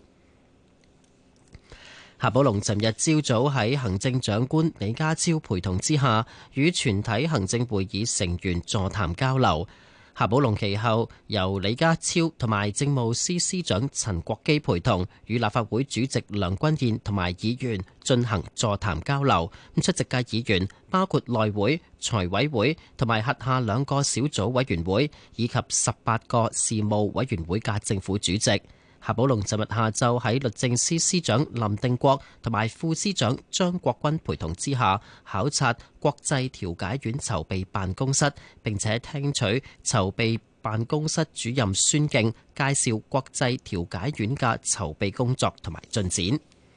夏寶龍尋日朝早喺行政長官李家超陪同之下，與全體行政會議成員座談交流。夏寶龍其後由李家超同埋政務司司長陳國基陪同，與立法會主席梁君彥同埋議員進行座談交流。咁出席嘅議員包括內會、財委會同埋轄下兩個小組委員會，以及十八個事務委員會嘅政府主席。夏寶龍尋日下晝喺律政司司長林定國同埋副司長張國軍陪同之下，考察國際調解院籌備辦公室，並且聽取籌備辦公室主任孫敬介紹國際調解院嘅籌備工作同埋進展。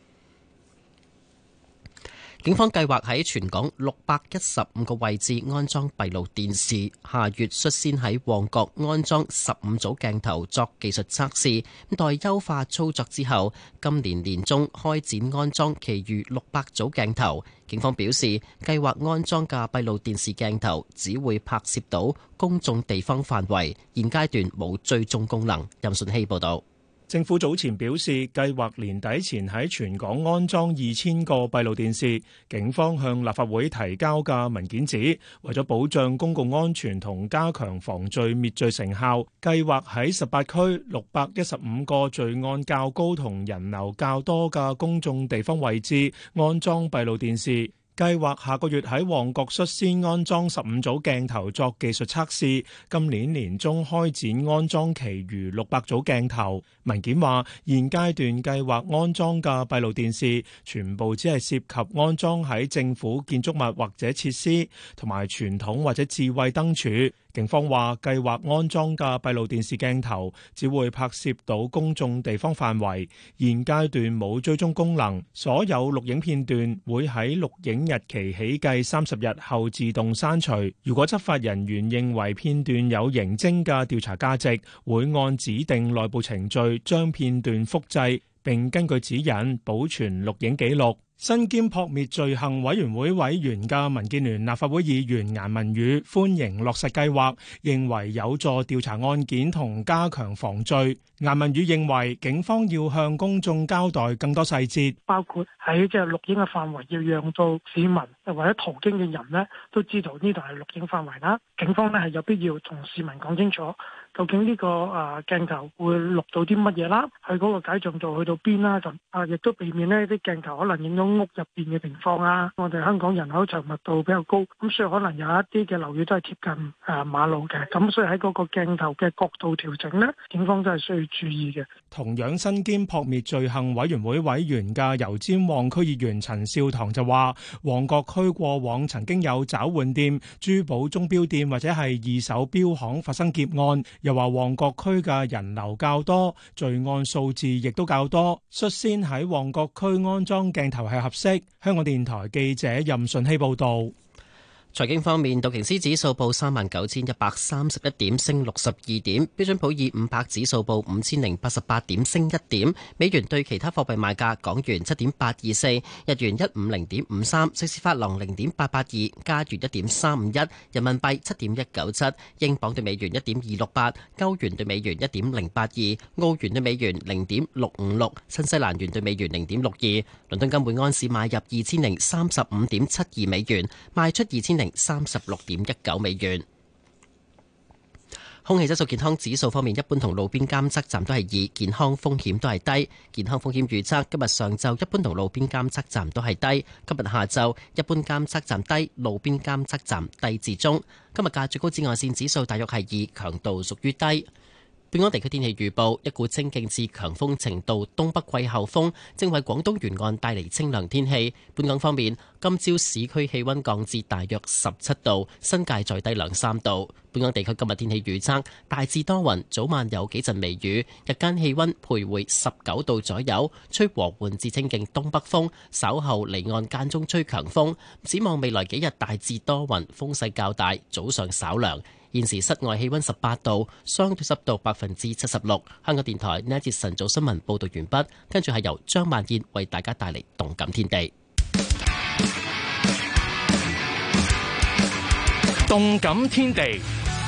警方計劃喺全港六百一十五個位置安裝閉路電視，下月率先喺旺角安裝十五組鏡頭作技術測試，待優化操作之後，今年年中開展安裝其餘六百組鏡頭。警方表示，計劃安裝嘅閉路電視鏡頭只會拍攝到公眾地方範圍，現階段冇追蹤功能。任順希報導。 政府早前表示，計劃年底前喺全港安裝二千個閉路電視。警方向立法會提交嘅文件指，為咗保障公共安全同加強防罪滅罪成效，計劃喺十八區六百一十五個罪案較高同人流較多嘅公眾地方位置安裝閉路電視。計劃下個月喺旺角率先安裝十五組鏡頭作技術測試，今年年中開展安裝其餘六百組鏡頭。文件話，現階段計劃安裝嘅閉路電視全部只係涉及安裝喺政府建築物或者設施，同埋傳統或者智慧燈柱。警方話，計劃安裝嘅閉路電視鏡頭只會拍攝到公眾地方範圍，現階段冇追蹤功能。所有錄影片段會喺錄影日期起計三十日後自動刪除。如果執法人員認為片段有刑偵嘅調查價值，會按指定內部程序將片段複製， 並根據指引保存錄影記錄。身兼撲滅罪行委員會委員嘅民建聯立法會議員顏汶羽歡迎落實計劃，認為有助調查案件同加強防罪。顏汶羽認為警方要向公眾交代更多細節， 包括喺即係錄影嘅範圍要讓到市民或者途經嘅人呢都知道呢度係錄影範圍啦。警方呢係有必要同市民講清楚，究竟呢個誒鏡頭會錄到啲乜嘢啦，佢嗰個解像度去到邊啦，咁啊亦都避免呢啲鏡頭可能影到屋入邊嘅情況啊。我哋香港人口稠密度比較高，咁所以可能有一啲嘅樓宇都係貼近誒馬路嘅，咁所以喺嗰個鏡頭嘅角度調整呢，警方都係需要注意嘅。 同樣身兼撲滅罪行委員會委員嘅油尖旺區議員陳少棠就話，旺角區過往曾經有找換店、珠寶鐘錶店或者係二手錶行發生劫案，又話旺角區嘅人流較多，罪案數字亦都較多，率先喺旺角區安裝鏡頭係合適。香港電台記者任順希報導。 財經方面，道瓊斯指數報三萬九千一百三十一點，升六十二點；標準普爾五百指數報五千零八十八點，升一點。美元對其他貨幣賣價：港元七點八二四，日元一五零點五三，瑞士法郎零點八八二，加元一點三五一，人民幣七點一九七，英鎊對美元一點二六八，歐元對美元一點零八二，澳元對美元零點六五六，新西蘭元對美元零點六二。倫敦金每安士買入二千零三十五點七二美元，賣出二千零三十六點一九美元。空氣質素健康指數方面，一般同路邊監測站都係二，健康風險都係低。健康風險預測今日上晝一般同路邊監測站都係低，今日下晝一般監測站低，路邊監測站低至中。今日嘅最高紫外線指數大約係二，強度屬於低。本港地區天氣預報，一股清勁至強風程度東北季候風正為廣東沿岸帶嚟清涼天氣。本港方面，今朝市區氣溫降至大約十七度，新界再低兩三度。本港地區今日天氣預測，大致多雲，早晚有幾陣微雨，日間氣溫徘徊十九度左右，吹和緩至清勁東北風，稍後離岸間中吹強風。展望未來幾日大致多雲，風勢較大，早上稍涼。現時室外氣溫十八度，相對濕度百分之七十六。香港電台呢一節晨早新聞報道完畢，跟住係由張萬燕為大家帶嚟動感天地。 動感天地。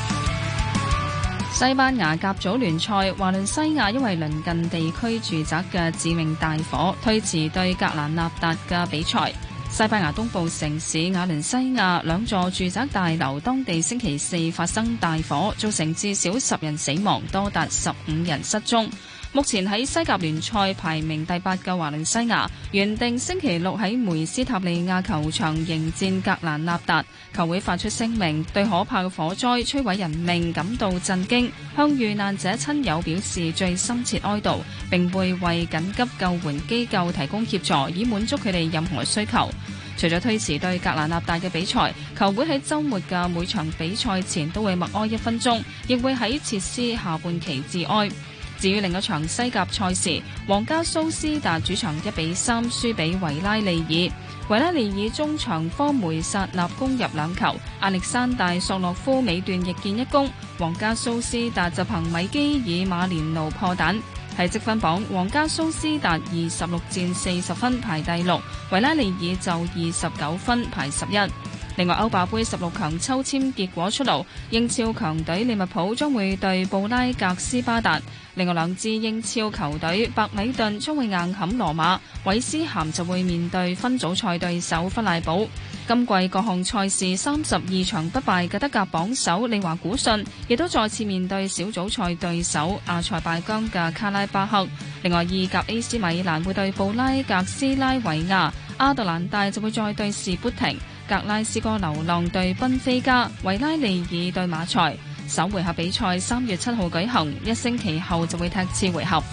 西班牙甲組聯賽，華倫西亞因為鄰近地區住宅嘅致命大火，推遲對格蘭納達嘅比賽。西班牙東部城市瓦倫西亞兩座住宅大樓當地星期四發生大火，造成至少十人死亡，多達十五人失蹤。目前喺西甲聯賽排名第八嘅華倫西亞，原定星期六喺梅斯塔利亞球場迎戰格蘭納達。球會發出聲明，對可怕嘅火災摧毀人命感到震驚，向遇難者親友表示最深切哀悼，並會為緊急救援機構提供協助，以滿足佢哋任何需求。除咗推遲對格蘭納達嘅比賽，球會喺週末嘅每場比賽前都會默哀一分鐘，亦會喺設施下半旗致哀。至於另一場西甲賽事，皇家蘇斯達主場一比三輸俾維拉利爾。維拉利爾中場科梅薩納攻入兩球，亞歷山大索洛夫尾段亦建一功。皇家蘇斯達就憑米基爾馬連奴破蛋。喺積分榜，皇家蘇斯達二十六戰四十分排第六，維拉利爾就二十九分排十一。另外，歐霸盃十六強抽籤結果出爐，英超強隊利物浦將會對布拉格斯巴達，另外兩支英超球隊白禮頓將會硬撼羅馬，韋斯咸就會面對分組賽對手弗賴堡。今季各項賽事三十二場不敗嘅德甲榜首利華古遜，亦都再次面對小組賽對手阿塞拜疆嘅卡拉巴克。另外，意甲 A C 米蘭會對布拉格斯拉維亞，阿特蘭大就會再對士砵亭。格拉斯哥流浪對賓菲加，維拉利爾對馬賽。首回合比賽三月七號舉行，一星期後就會踢次回合。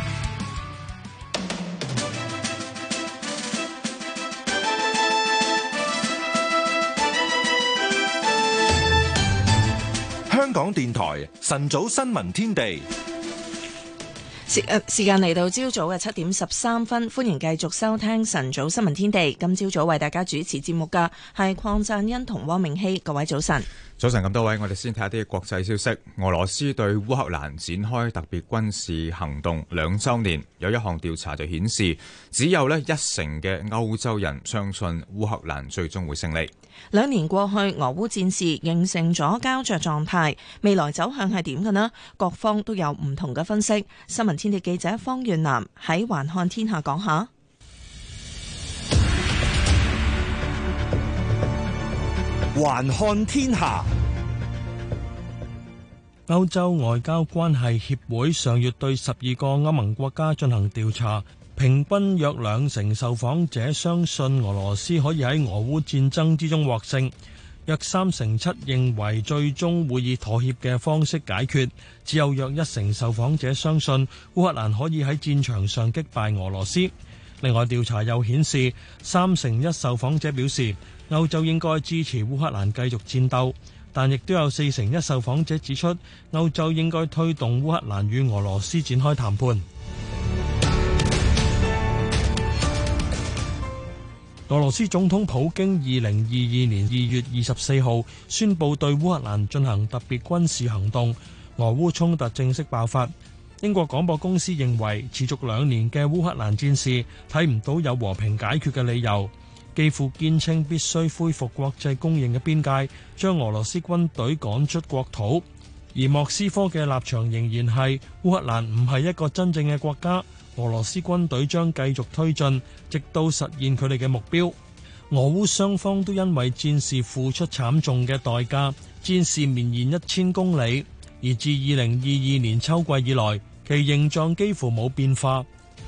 香港電台晨早新聞天地。 時時間嚟到朝早嘅七點十三分，歡迎繼續收聽晨早新聞天地。今朝早為大家主持節目嘅係鄺贊恩同汪明熙，各位早晨。 早晨咁多位，我哋先睇下啲國際消息。俄羅斯對烏克蘭展開特別軍事行動兩週年，有一項調查就顯示，只有呢一成嘅歐洲人相信烏克蘭最終會勝利。 兩年過去，俄烏戰事形成咗膠着狀態，未來走向係點嘅呢？各方都有唔同嘅分析。新聞天地記者方遠南喺環看天下講下。 環看天下，歐洲外交關係協會上月對十二個歐盟國家進行調查，平均約兩成受訪者相信俄羅斯可以喺俄烏戰爭之中獲勝，約三成七認為最終會以妥協嘅方式解決，只有約一成受訪者相信烏克蘭可以喺戰場上擊敗俄羅斯。另外，調查又顯示，三成一受訪者表示歐洲應該支持烏克蘭繼續戰鬥，但亦都有四成一受訪者指出歐洲應該推動烏克蘭與俄羅斯展開談判。俄羅斯總統普京二零二二年二月二十四號宣布對烏克蘭進行特別軍事行動，俄烏衝突正式爆發。英國廣播公司認為持續兩年嘅烏克蘭戰事睇唔到有和平解決嘅理由。基輔堅稱必須恢復國際公認嘅邊界，將俄羅斯軍隊趕出國土。而莫斯科嘅立場仍然係烏克蘭唔係一個真正嘅國家，俄羅斯軍隊將繼續推進，直到實現佢哋嘅目標。俄烏雙方都因為戰事付出慘重嘅代價，戰事綿延一千公里，而自二零二二年秋季以來，其形狀幾乎冇變化。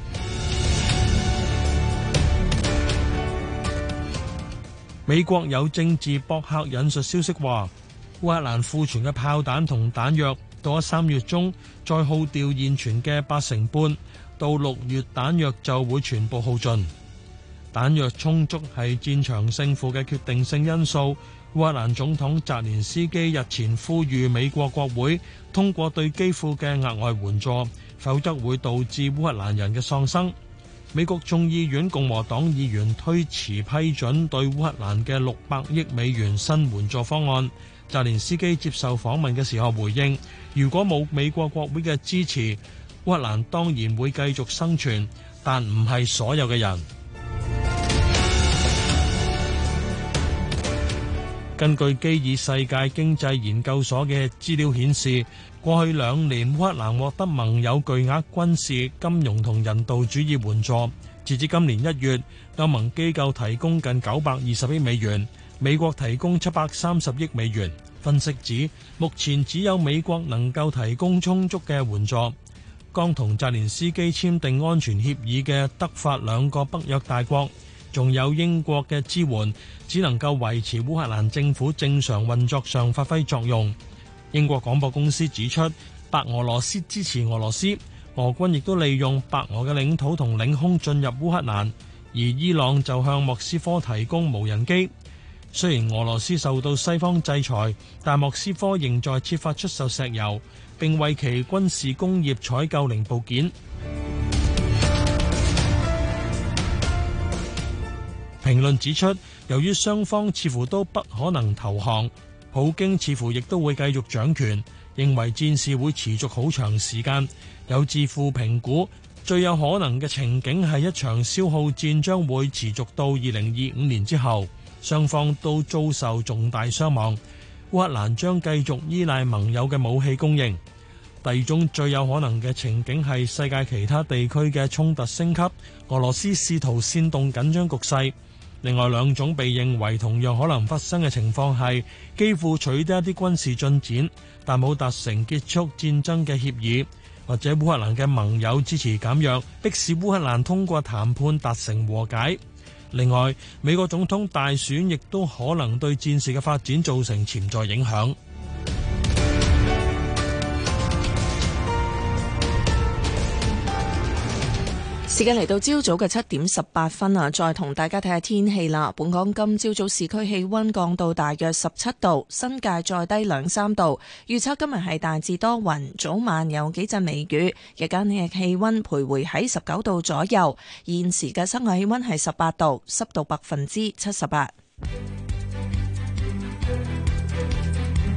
美國有政治博客引述消息話，烏克蘭庫存嘅炮彈同彈藥到咗三月中再耗掉現存嘅八成半，到六月彈藥就會全部耗盡。彈藥充足係戰場勝負嘅決定性因素。烏克蘭總統澤連斯基日前呼籲美國國會通過對基輔嘅額外援助，否則會導致烏克蘭人嘅喪生。美國眾議院共和黨議員推遲批准對烏克蘭嘅六百億美元新援助方案。澤連斯基接受訪問嘅時候回應，如果冇美國國會嘅支持，烏克蘭當然會繼續生存，但唔係所有嘅人。根據基爾世界經濟研究所嘅資料顯示，過去兩年烏克蘭獲得盟友巨額軍事、金融同人道主義援助。截至今年一月，歐盟機構提供近九百二十億美元，美國提供七百三十億美元。分析指，目前只有美國能夠提供充足嘅援助。剛同澤連斯基簽訂安全協議嘅德法兩個北約大國，仲有英國嘅支援，只能夠維持烏克蘭政府正常運作上發揮作用。英國廣播公司指出，白俄羅斯支持俄羅斯，俄軍亦都利用白俄嘅領土同領空進入烏克蘭，而伊朗就向莫斯科提供無人機。雖然俄羅斯受到西方制裁，但莫斯科仍在設法出售石油，並為其軍事工業採購零部件。評論指出，由於雙方似乎都不可能投降，普京似乎亦都會繼續掌權，認為戰事會持續好長時間。有智庫評估，最有可能嘅情景係一場消耗戰將會持續到二零二五年之後，雙方都遭受重大傷亡。烏克蘭將繼續依賴盟友嘅武器供應。第二種最有可能嘅情景係世界其他地區嘅衝突升級，俄羅斯試圖煽動緊張局勢。另外兩種被認為同樣可能發生嘅情況係，幾乎取得一啲軍事進展，但冇達成結束戰爭嘅協議，或者烏克蘭嘅盟友支持減弱，迫使烏克蘭通過談判達成和解。另外，美國總統大選亦都可能對戰事嘅發展造成潛在影響。 時間嚟到朝早嘅七點十八分啊，再同大家睇下天氣啦。本港今朝早市區氣溫降到大約十七度，新界再低兩三度。預測今日係大致多雲，早晚有幾陣微雨，日間嘅氣溫徘徊喺十九度左右。現時嘅室外氣溫係十八度，濕度百分之七十八。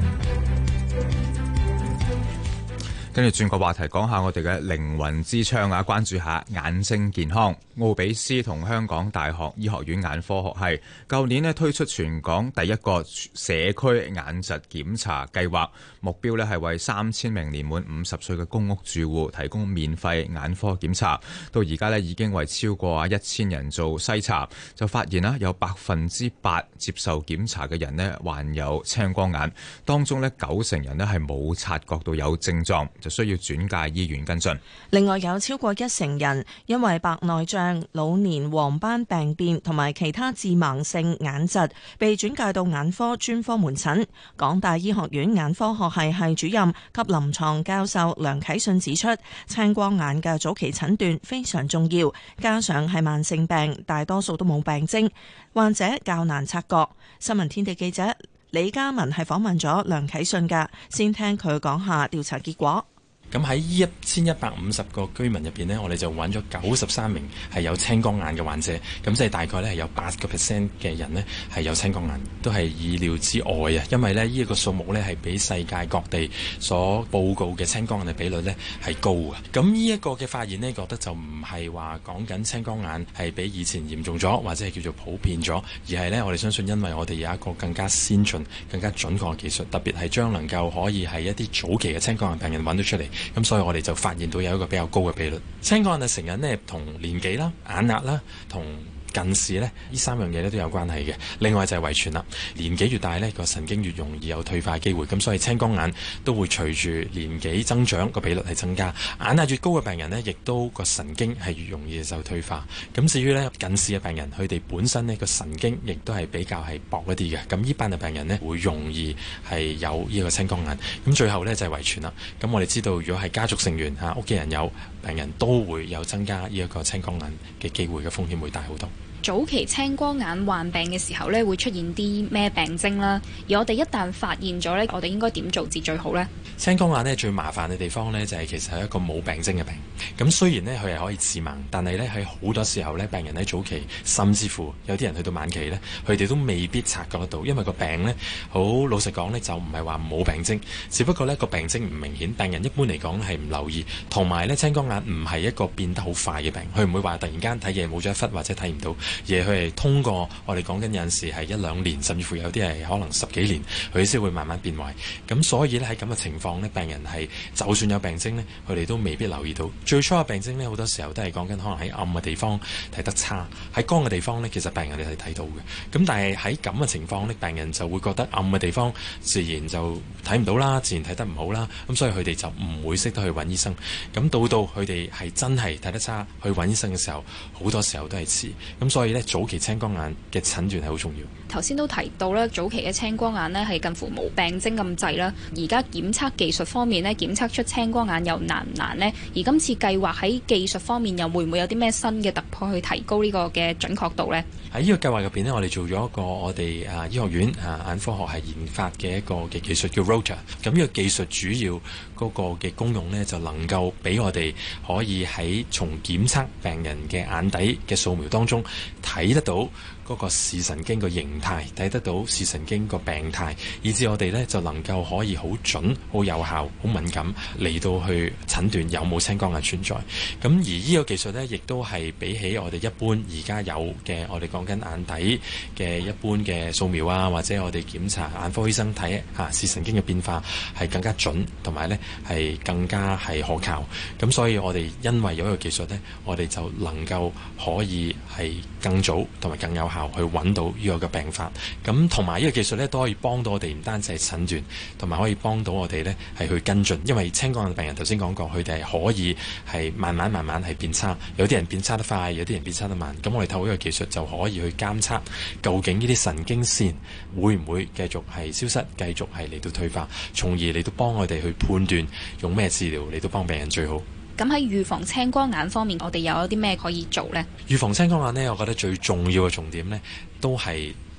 跟住轉個話題，講下我哋嘅靈魂之窗啊，關注下眼睛健康。奧比斯同香港大學醫學院眼科學系舊年咧推出全港第一個社區眼疾檢查計劃，目標咧係為三千名年滿五十歲嘅公屋住戶提供免費眼科檢查。到而家咧已經為超過啊一千人做篩查，就發現啦有百分之八接受檢查嘅人咧患有青光眼，當中咧九成人咧係冇察覺到有症狀，就需要轉介醫院跟進。 另外有超過一成人因為白內障、老年黃斑病變同埋其他致盲性眼疾被轉介到眼科專科門診。港大醫學院眼科學系系主任及臨床教授梁啟信指出，青光眼嘅早期診斷非常重要，加上係慢性病，大多數都冇病徵，患者較難察覺。新聞天地記者李嘉文係訪問咗梁啟信㗎，先聽佢講下調查結果。 咁喺一千一百五十個居民入邊呢，我哋就揾咗九十三名係有青光眼嘅患者，咁即係大概呢係有八個 percent 嘅人呢係有青光眼，都係意料之外啊！因為呢呢一個數目呢係比世界各地所報告嘅青光眼嘅比率呢係高嘅。咁呢一個嘅發現呢，覺得就唔係話講緊青光眼係比以前嚴重咗，或者係叫做普遍咗，而係呢我哋相信因為我哋有一個更加先進、更加準確嘅技術，特別係將能夠可以係一啲早期嘅青光眼病人揾到出嚟。咁所以我哋就發現到有一個比較高嘅比率。青光眼嘅成因呢，同年紀啦、眼壓啦、同近視呢，呢三樣嘢咧都有關係嘅。另外就係遺傳啦，年紀越大呢，個神經越容易有退化機會，咁所以青光眼都會隨住年紀增長個比率係增加。眼壓越高嘅病人呢，亦都個神經係越容易受退化。咁至於呢近視嘅病人，佢哋本身呢個神經亦都係比較係薄一啲嘅。咁呢班嘅病人呢，會容易係有呢個青光眼。咁最後呢，就係遺傳啦。咁我哋知道，如果係家族成員嚇屋企人有病人，都會有增加呢一個青光眼嘅機會嘅風險會大好多。 早期青光眼患病嘅時候咧，會出現啲咩病徵啦？而我哋一旦發現咗咧，我哋應該點做至最好呢？ 青光眼咧最麻煩嘅地方咧，就係其實係一個冇病徵嘅病。咁雖然咧佢係可以致盲，但係咧喺好多時候咧，病人喺早期，甚至乎有啲人去到晚期咧，佢哋都未必察覺得到，因為個病咧好老實講咧，就唔係話冇病徵，只不過咧個病徵唔明顯，病人一般嚟講係唔留意，同埋咧青光眼唔係一個變得好快嘅病，佢唔會話突然間睇嘢冇咗一忽或者睇唔到。而佢係通過我哋講緊有陣時係一兩年，甚至乎有啲係可能十幾年，佢先會慢慢變壞。咁所以咧喺咁嘅情況呢，病人係就算有病徵呢，佢哋都未必留意到。最初嘅病徵呢，好多時候都係講緊可能喺暗嘅地方睇得差，喺光嘅地方呢，其實病人哋係睇到嘅。咁但係喺咁嘅情況呢，病人就會覺得暗嘅地方自然就睇唔到啦，自然睇得唔好啦。咁所以佢哋就唔會識得去揾醫生。咁到到佢哋係真係睇得差，去揾醫生嘅時候，好多時候都係遲。咁所以呢，早期青光眼嘅診斷係好重要。 頭先都提到咧，早期嘅青光眼呢係近乎冇病徵咁滯啦。而家檢測技術方面呢，檢測出青光眼又難唔難呢？而今次計劃喺技術方面又會唔會有啲咩新嘅突破去提高呢個嘅準確度呢？ 喺呢個計劃入邊呢，我哋做咗一個我哋啊醫學院啊眼科學系研發嘅一個嘅技術叫 Rotor。咁呢個技術主要嗰個嘅功用呢，就能夠俾我哋可以喺從檢測病人嘅眼底嘅掃描當中睇得到嗰個視神經個形態，睇得到視神經個病態，以至我哋呢就能夠可以好準、好有效、好敏感嚟到去診斷有冇青光眼存在。咁而呢個技術呢，亦都係比起我哋一般而家有嘅我哋講緊眼底嘅一般嘅掃描啊，或者我哋檢查眼科醫生睇嚇視神經嘅變化係更加準，同埋呢係更加係可靠。咁所以我哋因為有一個技術呢，我哋就能夠可以係更早同埋更有效去揾到呢個嘅病發。咁同埋呢個技術呢，都可以幫到我哋唔單止係診斷，同埋可以幫到我哋呢係去跟進。因為青光眼病人頭先講過，佢哋係可以係慢慢慢慢係變差，有啲人變差得快，有啲人變差得慢。咁我哋透過呢個技術就可以去監測究竟呢啲神經線會唔會繼續係消失，繼續係嚟到退化，從而嚟到幫我哋去判斷用咩治療嚟到幫病人最好。 咁喺預防青光眼方面，我哋有啲咩可以做呢？ 預防青光眼呢，我覺得最重要嘅重點呢，都係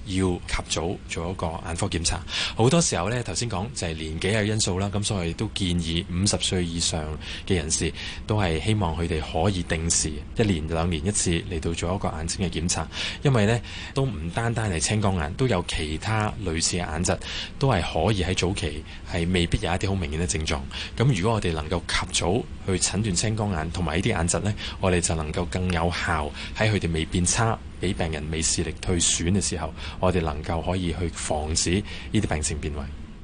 要及早做一個眼科檢查。好多時候呢，頭先講就係年紀嘅因素啦，咁所以都建議五十歲以上嘅人士都係希望佢哋可以定時一年兩年一次嚟到做一個眼睛嘅檢查，因為呢都唔單單係青光眼，都有其他類似嘅眼疾，都係可以喺早期係未必有一啲好明顯嘅症狀。咁如果我哋能夠及早去診斷青光眼同埋呢啲眼疾呢，我哋就能夠更有效喺佢哋未變差，俾病人未視力退損嘅時候，我哋能夠可以去防止呢啲病情變壞。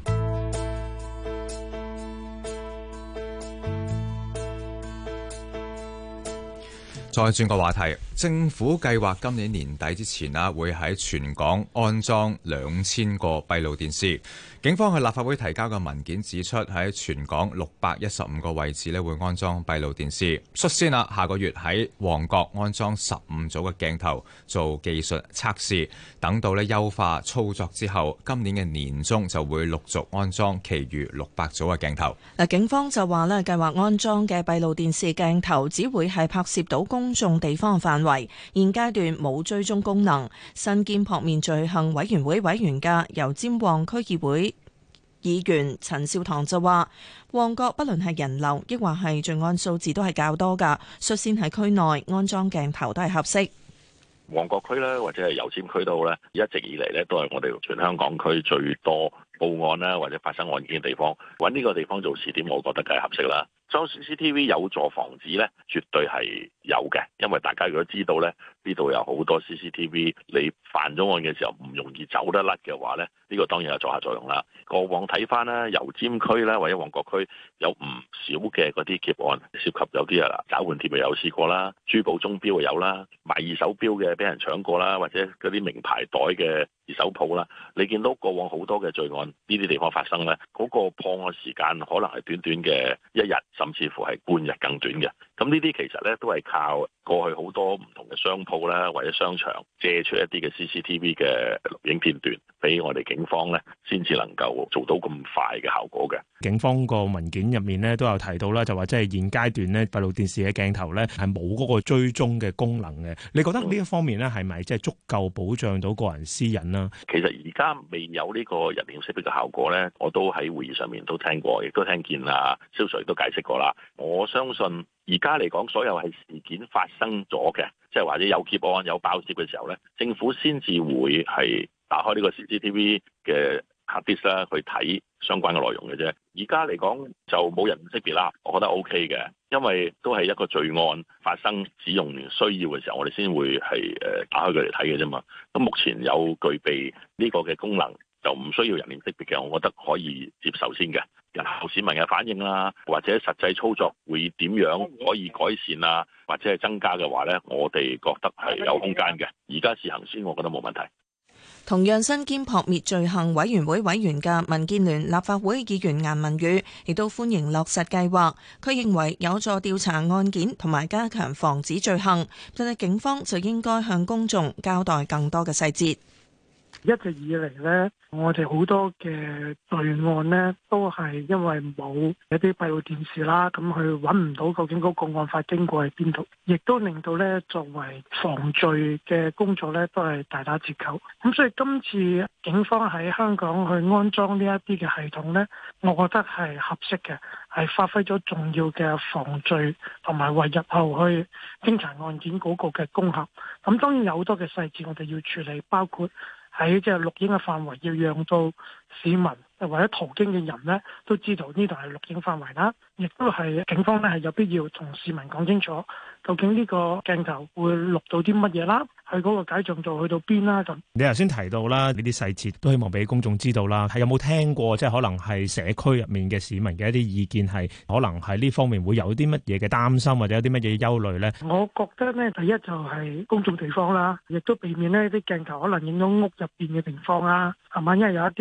再轉個話題，政府計劃今年年底之前啦，會喺全港安裝兩千個閉路電視。警方向立法會提交嘅文件指出，喺全港六百一十五個位置咧會安裝閉路電視。率先啦，下個月喺旺角安裝十五組嘅鏡頭做技術測試，等到咧優化操作之後，今年嘅年中就會陸續安裝其餘六百組嘅鏡頭。 嗱，警方就話咧，計劃安裝嘅閉路電視鏡頭只會係拍攝到公眾地方範圍，現階段冇追蹤功能。身兼撲滅罪行委員會委員嘅油尖旺區議會議員陳少棠就話，旺角不論係人流抑或係罪案數字都係較多㗎，率先喺區內安裝鏡頭都係合適。 旺角區咧，或者係油尖區都好咧，一直以嚟咧都係我哋全香港區最多報案啦或者發生案件嘅地方，揾呢個地方做試點，我覺得梗係合適啦。裝 C C T V 有助防止咧，絕對係有嘅，因為大家如果知道咧，呢度有好多 C C T V， 你犯咗案嘅時候唔容易走得甩嘅話咧，呢個當然有阻嚇作用啦。過往睇翻咧，油尖區咧或者旺角區有唔少嘅嗰啲劫案，涉及有啲啊找換貼咪有試過啦，珠寶鐘錶有啦，賣二手錶嘅俾人搶過啦，或者嗰啲名牌袋嘅二手鋪啦，你見到過往好多嘅罪案呢啲地方發生咧，嗰個破案時間可能係短短嘅一日，甚至乎係半日更短嘅。咁呢啲其實咧都係靠過去好多唔同嘅商鋪啦或者商場借出一啲嘅 C C T V 嘅錄影片段俾我哋警方咧，先至能夠做到咁快嘅效果嘅。 警方個文件入面咧都有提到啦，就話即係現階段咧閉路電視嘅鏡頭咧係冇嗰個追蹤嘅功能嘅。你覺得呢一方面咧係咪即係足夠保障到個人私隱啦？ 其實而家未有呢個人臉識別嘅效果咧，我都喺會議上面都聽過，亦都聽見啊蕭 Sir 都解釋過啦。我相信而家嚟講，所有係事件發生咗嘅，即係或者有劫案有爆竊嘅時候咧，政府先至會係打開呢個 C C T V 嘅 hard disk 啦，去睇相關嘅內容嘅啫。而家嚟講就冇人臉識別啦，我覺得 OK 嘅，因為都係一個罪案發生使用需要嘅時候，我哋先會係誒打開佢嚟睇嘅啫嘛。咁目前有具備呢個嘅功能，就唔需要人臉識別嘅，我覺得可以接受先嘅。日後市民嘅反應啦，或者實際操作會點樣可以改善啊，或者係增加嘅話呢，我哋覺得係有空間嘅。而家試行先，我覺得冇問題。 同樣身兼撲滅罪行委員會委員嘅民建聯立法會議員顏文宇亦都歡迎落實計劃，佢認為有助調查案件同埋加強防止罪行，但係警方就應該向公眾交代更多嘅細節。 一直以嚟呢，我哋好多嘅罪案呢，都係因為冇一啲閉路電視啦，咁佢揾唔到究竟嗰個案發經過喺邊度，亦都令到呢作為防罪嘅工作呢，都係大打折扣。咁所以今次警方喺香港去安裝呢一啲嘅系統呢，我覺得係合適嘅，係發揮咗重要嘅防罪同埋為日後去偵查案件嗰個嘅功效。咁當然有好多嘅細節我哋要處理，包括喺即係錄影嘅範圍要讓到市民或者途經嘅人呢都知道呢度係錄影範圍啦，亦都係警方呢係有必要同市民講清楚，究竟呢個鏡頭會錄到啲乜嘢啦，佢嗰個解像度去到邊啦咁。 你頭先提到啦，呢啲細節都希望俾公眾知道啦。係有冇聽過即係可能係社區入面嘅市民嘅一啲意見，係可能喺呢方面會有啲乜嘢嘅擔心或者有啲乜嘢憂慮呢？ 我覺得呢，第一就係公眾地方啦，亦都避免呢啲鏡頭可能影到屋入邊嘅地方啦，係嘛？因為有一啲我哋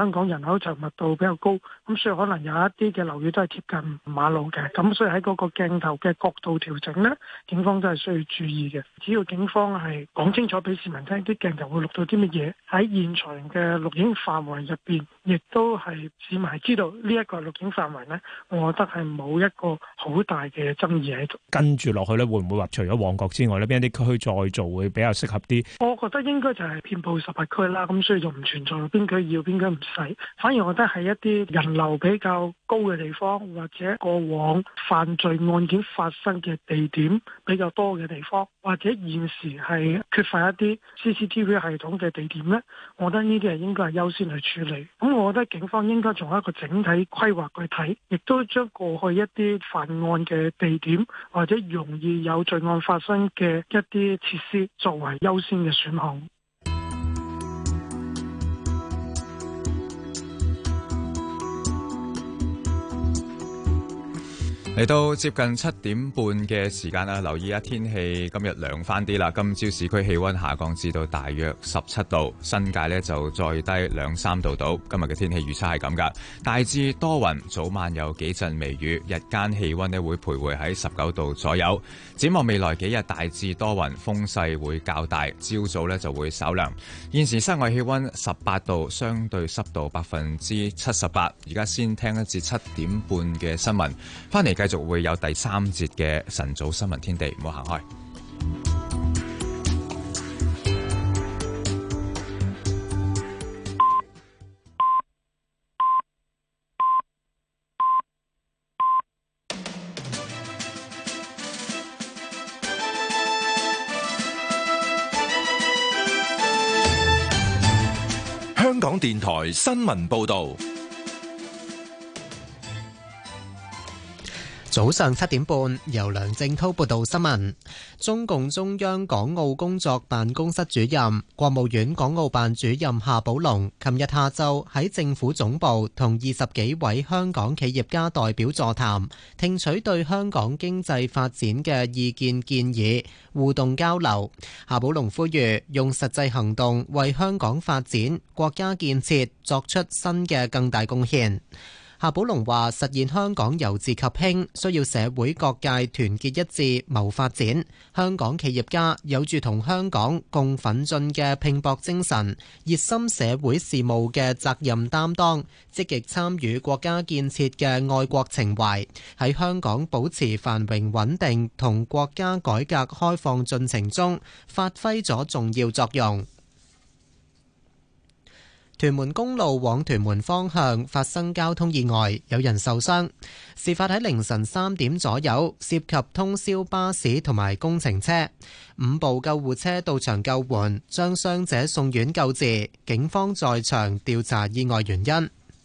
香港人口就密度比較高，咁所以可能有一啲嘅樓宇都係貼近馬路嘅，咁所以喺嗰個鏡頭嘅角度調整呢，警方都係需要注意嘅。只要警方係講清楚俾市民聽，啲鏡頭會錄到啲乜嘢，喺現場嘅錄影範圍入邊，亦都係市民係知道呢一個錄影範圍呢，我覺得係冇一個好大嘅爭議喺度。 跟住落去呢，會唔會話除咗旺角之外呢，邊一啲區再做會比較適合啲？ 我覺得應該就係遍佈十八區啦，咁所以就唔存在邊區要邊區唔使。反而我覺得係一啲人流比較高嘅地方，或者過往犯罪案件發生嘅地點比較多嘅地方，或者現時係缺乏一啲 C C T V 系統嘅地點呢，我覺得呢啲係應該係優先去處理。咁我覺得警方應該從一個整體規劃去睇，亦都將過去一啲犯案嘅地點或者容易有罪案發生嘅一啲設施作為優先嘅選項。 嚟到接近七點半嘅時間啦，留意一下天氣，今日涼翻啲啦。今朝市區氣溫下降至到大約十七度，新界呢就再低兩三度到。今日嘅天氣預測係咁噶，大致多雲，早晚有幾陣微雨，日間氣溫呢會徘徊喺十九度左右。展望未來幾日大致多雲，風勢會較大，朝早呢就會稍涼。現時室外氣溫十八度，相對濕度百分之七十八。而家先聽一節七點半嘅新聞，翻嚟繼續會有第三節嘅晨早新聞天地，唔好行開。 香港電台新聞報道。 早上七點半，由梁正滔報道新聞。中共中央港澳工作辦公室主任、國務院港澳辦主任夏寶龍，琴日下晝喺政府總部同二十幾位香港企業家代表座談，聽取對香港經濟發展嘅意見建議，互動交流。夏寶龍呼籲用實際行動為香港發展、國家建設作出新嘅更大貢獻。夏寶龍話：實現香港由治及興，需要社會各界團結一致謀發展。香港企業家有住同香港共奮進嘅拼搏精神，熱心社會事務嘅責任擔當，積極參與國家建設嘅愛國情懷，喺香港保持繁榮穩定同國家改革開放進程中發揮咗重要作用。屯門公路往屯門方向發生交通意外，有人受傷。事發喺凌晨三點左右，涉及通宵巴士同埋工程車。五部救護車到場救援，將傷者送院救治。警方在場調查意外原因。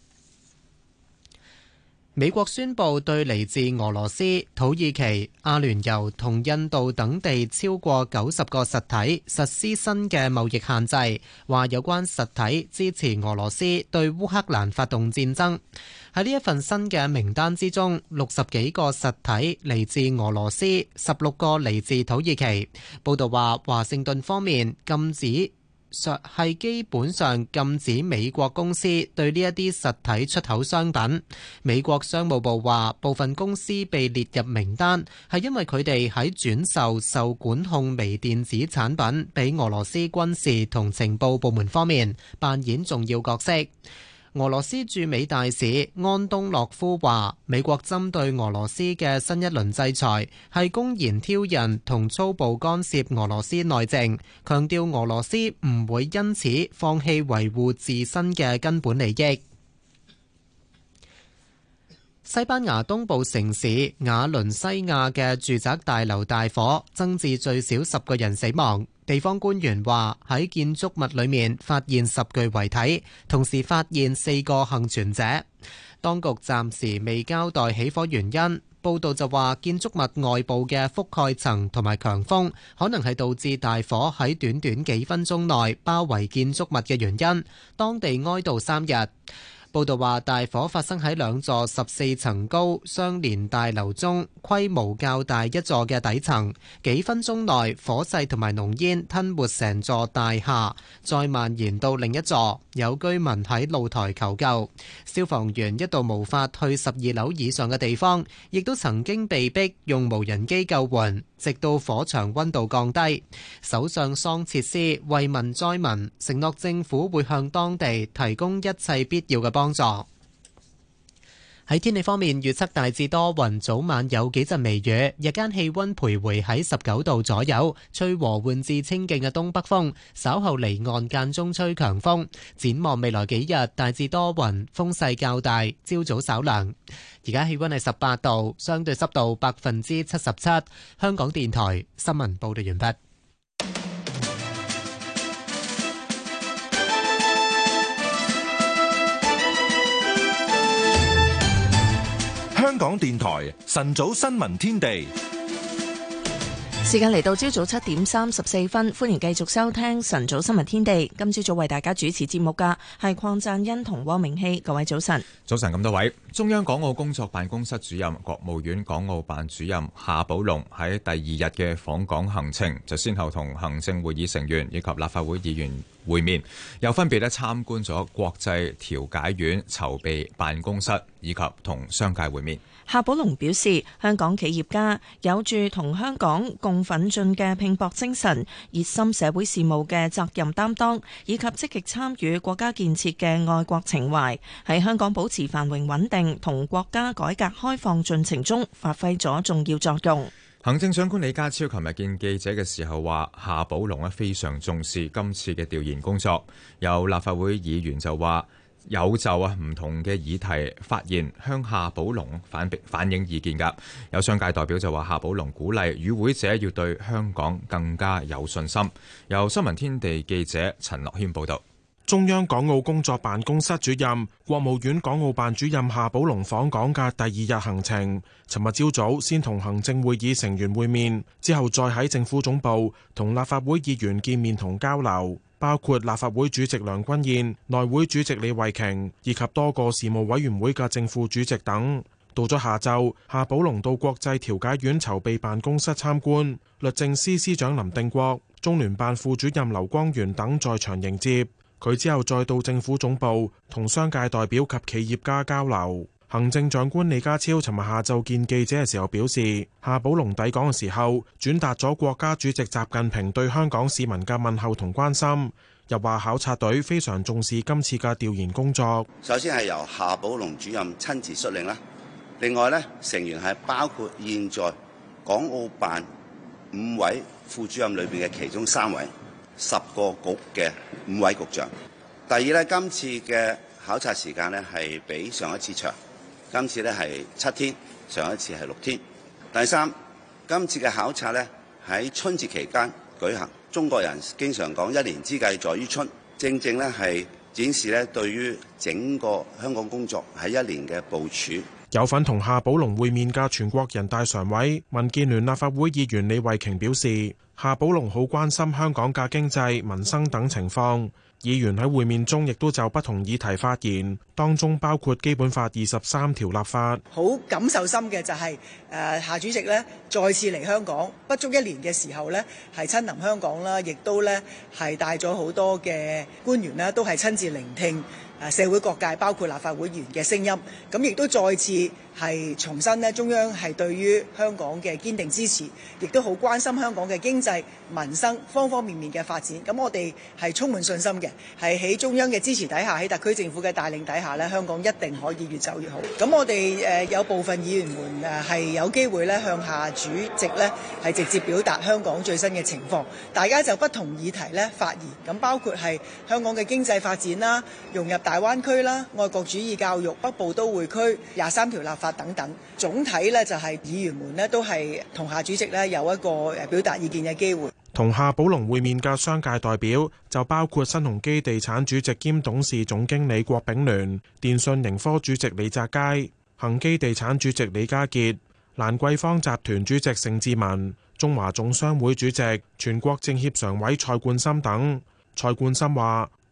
美國宣布對嚟自俄羅斯、土耳其、阿聯酋同印度等地超過九十個實體實施新嘅貿易限制，話有關實體支持俄羅斯對烏克蘭發動戰爭。喺呢一份新嘅名單之中，六十幾個實體嚟自俄羅斯，十六個嚟自土耳其。報道話，華盛頓方面禁止係基本上禁止美國公司對呢一啲實體出口商品。美國商務部話，部分公司被列入名單係因為佢哋喺轉售受管控微電子產品俾俄羅斯軍事同情報部門方面扮演重要角色。俄羅斯駐美大使安東諾夫話，美國針對俄羅斯嘅新一輪制裁係公然挑釁同粗暴干涉俄羅斯內政，強調俄羅斯唔會因此放棄維護自身嘅根本利益。西班牙東部城市瓦倫西亞嘅住宅大樓大火，增至最少十個人死亡。地方官員話喺建築物裏面發現十具遺體，同時發現四個幸存者。當局暫時未交代起火原因。報道就話建築物外部嘅覆蓋層同埋強風可能係導致大火喺短短幾分鐘內包圍建築物嘅原因。當地哀悼三日。 報道話，大火發生喺兩座十四層高相連大樓中，規模較大一座嘅底層。幾分鐘內，火勢同埋濃煙吞沒成座大廈，再蔓延到另一座。有居民喺露台求救，消防員一度無法去十二樓以上嘅地方，亦都曾經被逼用無人機救援，直到火場溫度降低。首相桑切斯慰問災民，承諾政府會向當地提供一切必要嘅幫助。喺天氣方面，預測大致多雲，早晚有幾陣微雨，日間氣溫徘徊喺十九度左右，吹和緩至清勁嘅東北風，稍後離岸間中吹強風。展望未來幾日，大致多雲，風勢較大，朝早稍涼。而家氣溫係十八度，相對濕度百分之七十七。香港電台新聞報道完畢。 香港電台晨早新聞天地， 時間嚟到朝早七點三十四分，歡迎繼續收聽晨早新聞天地。今朝早為大家主持節目嘅係鄺贊恩同汪明熙，各位早晨。 早晨咁多位。中央港澳工作辦公室主任、國務院港澳辦主任夏寶龍喺第二日嘅訪港行程，就先後同行政會議成員以及立法會議員會面，又分別咧參觀咗國際調解院籌備辦公室，以及同商界會面。 夏寶龍表示，香港企業家有住同香港共奮進嘅拼搏精神，熱心社會事務嘅責任擔當，以及積極參與國家建設嘅愛國情懷，喺香港保持繁榮穩定同國家改革開放進程中發揮咗重要作用。 行政長官李家超琴日見記者嘅時候話，夏寶龍咧非常重視今次嘅調研工作。有立法會議員就話有就啊唔同嘅議題發言，向夏寶龍反反映意見㗎。有商界代表就話，夏寶龍鼓勵與會者要對香港更加有信心。由新聞天地記者陳樂軒報導。 中央港澳工作辦公室主任、國務院港澳辦主任夏寶龍訪港嘅第二日行程，尋日朝早先同行政會議成員會面，之後再喺政府總部同立法會議員見面同交流，包括立法會主席梁君彥、內會主席李慧瓊以及多個事務委員會嘅正副主席等。到咗下晝，夏寶龍到國際調解院籌備辦公室參觀，律政司司長林定國、中聯辦副主任劉光源等在場迎接。佢之後再到政府總部同商界代表及企業家交流。行政長官李家超尋日下晝見記者嘅時候表示，夏寶龍抵港嘅時候轉達咗國家主席習近平對香港市民嘅問候同關心，又話考察隊非常重視今次嘅調研工作。 首先係由夏寶龍主任親自率領啦，另外呢，成員係包括現在港澳辦五位副主任裏邊嘅其中三位。十個局嘅五位局長。第二呢，今次嘅考察時間呢係比上一次長，今次呢係七天，上一次係六天。第三，今次嘅考察呢喺春節期間舉行。中國人經常講一年之計在於春，正正呢係展示呢對於整個香港工作喺一年嘅部署。 有份同夏寶龍會面嘅全國人大常委、民建聯立法會議員李慧瓊表示，夏寶龍好關心香港嘅經濟、民生等情況。議員喺會面中亦都就不同議題發言，當中包括基本法二十三條立法。 好感受深嘅就係、是、誒、呃、夏主席呢再次嚟香港，不足一年嘅時候呢係親臨香港啦，亦都呢係帶咗好多嘅官員呢都係親自聆聽誒社會各界包括立法會議員嘅聲音，咁亦都再次係重申呢中央係對於香港嘅堅定支持，亦都好關心香港嘅經濟民生方方面面嘅發展。咁我哋係充滿信心嘅，係喺中央嘅支持底下，喺特區政府嘅帶領底下呢，香港一定可以越走越好。咁我哋誒有部分議員們誒係有機會呢向夏主席呢係直接表達香港最新嘅情況，大家就不同議題呢發言，咁包括係香港嘅經濟發展啦、融入大灣區啦、愛國主義教育、北部都會區、廿三條立法等等。總體呢就係議員們呢都係同夏主席呢有一個誒表達意見嘅機會。 同夏寶龍會面嘅商界代表就包括新鴻基地產主席兼董事總經理郭炳聯、電訊盈科主席李澤楷、恒基地產主席李家傑、蘭桂坊集團主席盛智文、中華總商會主席、全國政協常委蔡冠深等。蔡冠深話：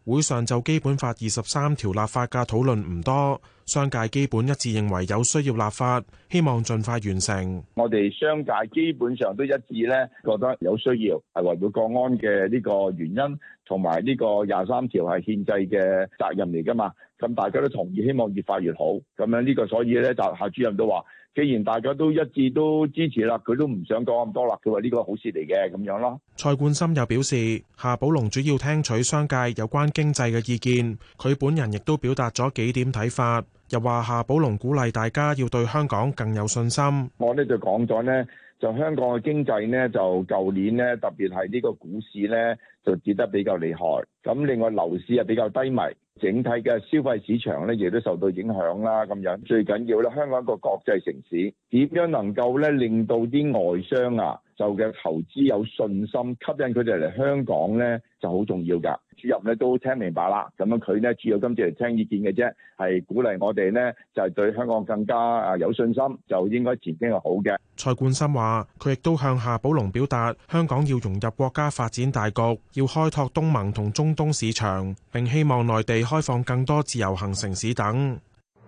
會上就基本法二十三條立法嘅討論唔多，商界基本一致認為有需要立法，希望盡快完成。 我哋商界基本上都一致咧，覺得有需要係維護國安嘅呢個原因，同埋呢個廿三條係憲制嘅責任嚟㗎嘛。咁大家都同意，希望越快越好。咁樣呢個所以咧，就夏主任都話，既然大家都一致都支持啦，佢都唔想講咁多啦。佢話呢個好事嚟嘅咁樣咯。 蔡冠深又表示，夏寶龍主要聽取商界有關經濟嘅意見，佢本人亦都表達咗幾點睇法。又話夏寶龍鼓勵大家要對香港更有信心。 我呢就講咗呢，就香港嘅經濟呢，就舊年呢，特別係呢個股市呢，就跌得比較厲害。咁另外樓市係比較低迷。整體嘅消費市場咧，亦都受到影響啦。咁樣最緊要咧，香港一個國際城市，點樣能夠咧令到啲外商啊，就嘅投資有信心，吸引佢哋嚟香港咧，就好重要㗎。主任咧都聽明白啦，咁樣佢咧主要今次嚟聽意見嘅啫，係鼓勵我哋呢，就係對香港更加啊有信心，就應該前景係好嘅。 蔡冠深話：佢亦都向夏寶龍表達，香港要融入國家發展大局，要開拓東盟同中東市場，並希望內地開放更多自由行城市等。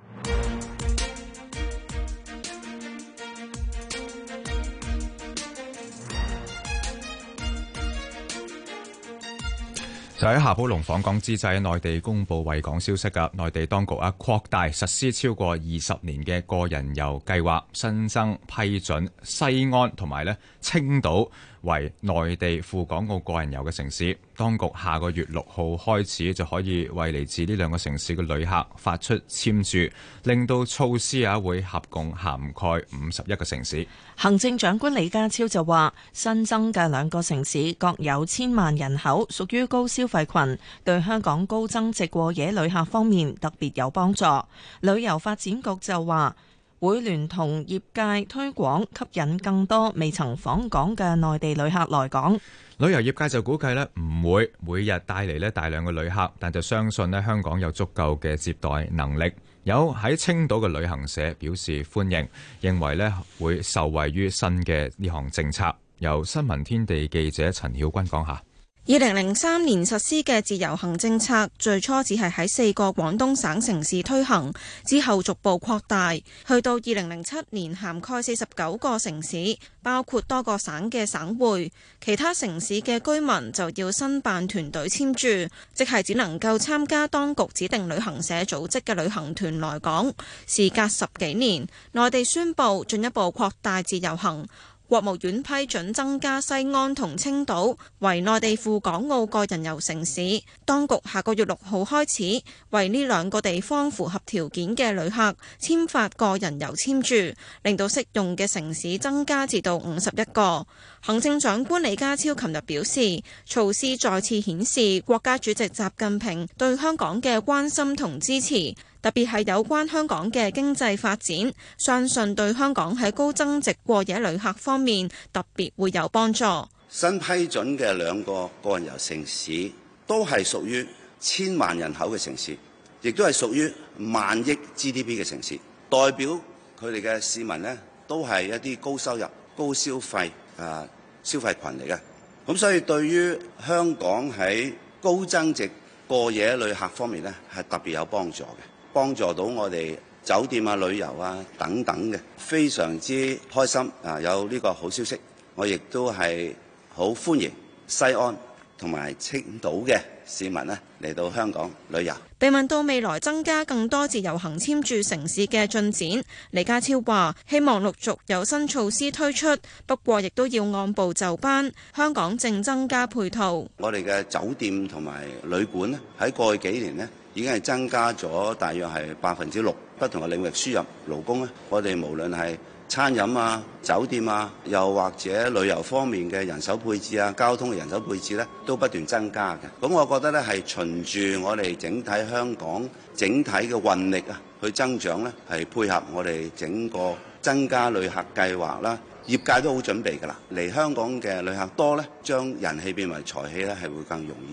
就喺夏寶龍訪港之際，內地公布惠港消息㗎。內地當局啊擴大實施超過二十年嘅個人遊計劃，新增批准西安同埋咧青島為內地赴港澳個人遊嘅城市。當局下個月六號開始就可以為嚟自呢兩個城市嘅旅客發出簽注，令到措施啊會合共涵蓋五十一個城市。 行政長官李家超就話，新增嘅兩個城市各有千萬人口，屬於高消費群，對香港高增值過夜旅客方面特別有幫助。旅遊發展局就話，會聯同業界推廣，吸引更多未曾訪港嘅內地旅客來港。 旅遊業界就估計咧唔會每日帶嚟咧大量嘅旅客，但就相信咧香港有足夠嘅接待能力。有喺青島嘅旅行社表示歡迎，認為咧會受惠於新嘅呢項政策。由新聞天地記者陳曉君講下。 二零零三年實施嘅自由行政策，最初只係喺四個廣東省城市推行，之後逐步擴大，去到二零零七年涵蓋四十九個城市，包括多個省嘅省會。其他城市嘅居民就要申辦團隊簽注，即係只能夠參加當局指定旅行社組織嘅旅行團來港。事隔十幾年，內地宣布進一步擴大自由行。國務院批准增加西安同青島為內地赴港澳個人遊城市，當局下個月六號開始為呢兩個地方符合條件嘅旅客簽發個人遊簽注，令到適用嘅城市增加至到五十一個。行政長官李家超琴日表示，措施再次顯示國家主席習近平對香港嘅關心同支持。特別係有關香港嘅經濟發展，相信對香港喺高增值過夜旅客方面特別會有幫助。 新批准嘅兩個個人遊城市都係屬於千萬人口嘅城市，亦都係屬於萬億 G D P 嘅城市，代表佢哋嘅市民呢，都係一啲高收入、高消費啊消費群嚟嘅。咁所以對於香港喺高增值過夜旅客方面呢，係特別有幫助嘅。幫助到我哋酒店啊、旅遊啊等等嘅，非常之開心啊！有呢個好消息，我亦都係好歡迎西安同埋青島嘅市民呢嚟到香港旅遊。 被問到未來增加更多自由行簽注城市嘅進展，李家超話希望陸續有新措施推出，不過亦都要按部就班。香港正增加配套， 我哋嘅酒店同埋旅館呢喺過去幾年呢已經係增加咗大約係百分之六，不同嘅領域輸入勞工咧，我哋無論係餐飲啊、酒店啊，又或者旅遊方面嘅人手配置啊、交通嘅人手配置咧，都不斷增加嘅。咁我覺得咧係循住我哋整體香港整體嘅運力啊去增長咧，係配合我哋整個增加旅客計劃啦。業界都好準備㗎啦，嚟香港嘅旅客多咧，將人氣變為財氣咧，係會更容易嘅。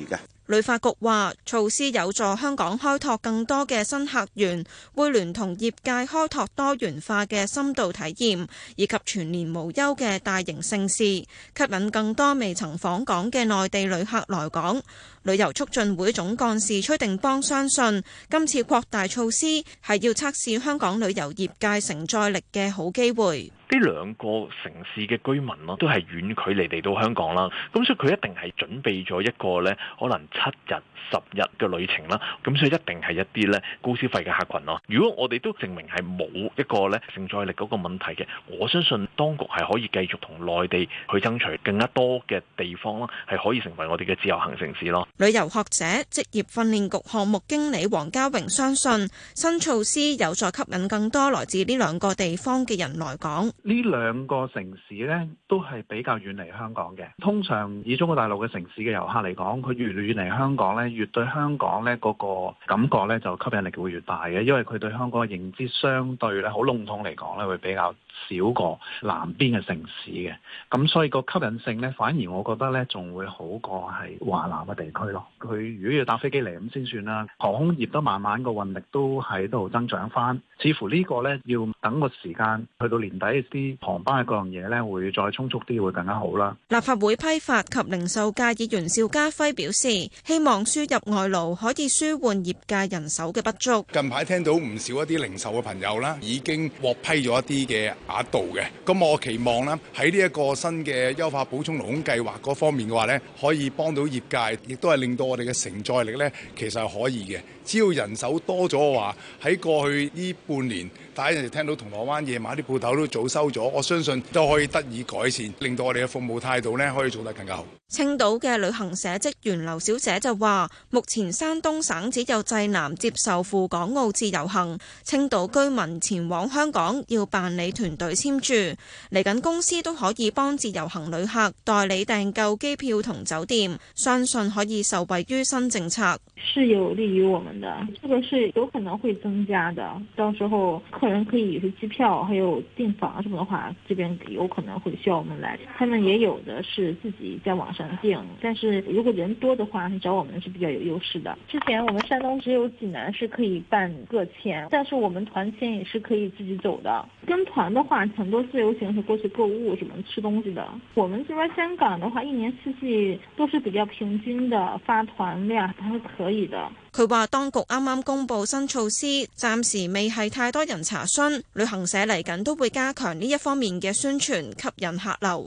旅發局話，措施有助香港開拓更多嘅新客源，會聯同業界開拓多元化嘅深度體驗，以及全年無休嘅大型盛事，吸引更多未曾訪港嘅內地旅客來港。旅遊促進會總幹事崔定邦相信，今次擴大措施係要測試香港旅遊業界承載力嘅好機會。 呢兩個城市嘅居民咯，都係遠距離嚟到香港啦，咁所以佢一定係準備咗一個咧，可能七日、十日嘅旅程啦，咁所以一定係一啲咧高消費嘅客群咯。如果我哋都證明係冇一個咧承載力嗰個問題嘅，我相信當局係可以繼續同內地去爭取更加多嘅地方啦，係可以成為我哋嘅自由行城市咯。 旅遊學者、職業訓練局項目經理黃家榮相信，新措施有助吸引更多來自呢兩個地方嘅人來港。 呢兩個城市呢都係比較遠離香港嘅。通常以中國大陸嘅城市嘅遊客嚟講，佢越遠離香港呢，越對香港呢嗰個感覺呢就吸引力會越大嘅，因為佢對香港嘅認知相對呢好籠統嚟講呢會比較少過南邊嘅城市嘅。咁所以個吸引性呢，反而我覺得呢仲會好過係華南嘅地區咯。佢如果要搭飛機嚟咁先算啦，航空業都慢慢個運力都喺度增長翻，似乎呢個呢要等個時間去到年底啲航班嘅各樣嘢呢會再充足啲，會更加好啦。 立法會批發及零售界議員邵家輝表示，希望輸入外勞可以舒緩業界人手嘅不足。 近排聽到唔少一啲零售嘅朋友啦，已經獲批咗一啲嘅額度嘅，咁我期望啦喺呢一個新嘅優化補充勞工計劃嗰方面嘅話呢，可以幫到業界，亦都係令到我哋嘅承載力呢其實係可以嘅。只要人手多咗嘅話，喺過去呢半年，大家有時聽到銅鑼灣夜晚啲鋪頭都早收咗，我相信都可以得以改善，令到我哋嘅服務態度呢可以做得更加好。 青島嘅旅行社職員劉小姐就話，目前山東省只有濟南接受赴港澳自由行，青島居民前往香港要辦理團隊簽注。嚟緊公司都可以幫自由行旅客代理訂購機票同酒店，相信可以受惠於新政策。 是有利於我們的，這個是有可能會增加的。到時候客人可以是機票還有訂房什麼的話，這邊有可能會需要我們來。他們也有的是自己在網上訂，但是如果人多的話，找我們是比較有優勢的。之前我們山東只有濟南是可以辦個簽，但是我們團簽也是可以自己走的。跟團的話，很多自由行是過去購物什麼吃東西的。我們這邊香港的話，一年四季都是比較平均的，發團量還是可以的。 佢話當局啱啱公布新措施，暫時未係太多人查詢，旅行社嚟緊都會加強呢一方面嘅宣傳，吸引客流。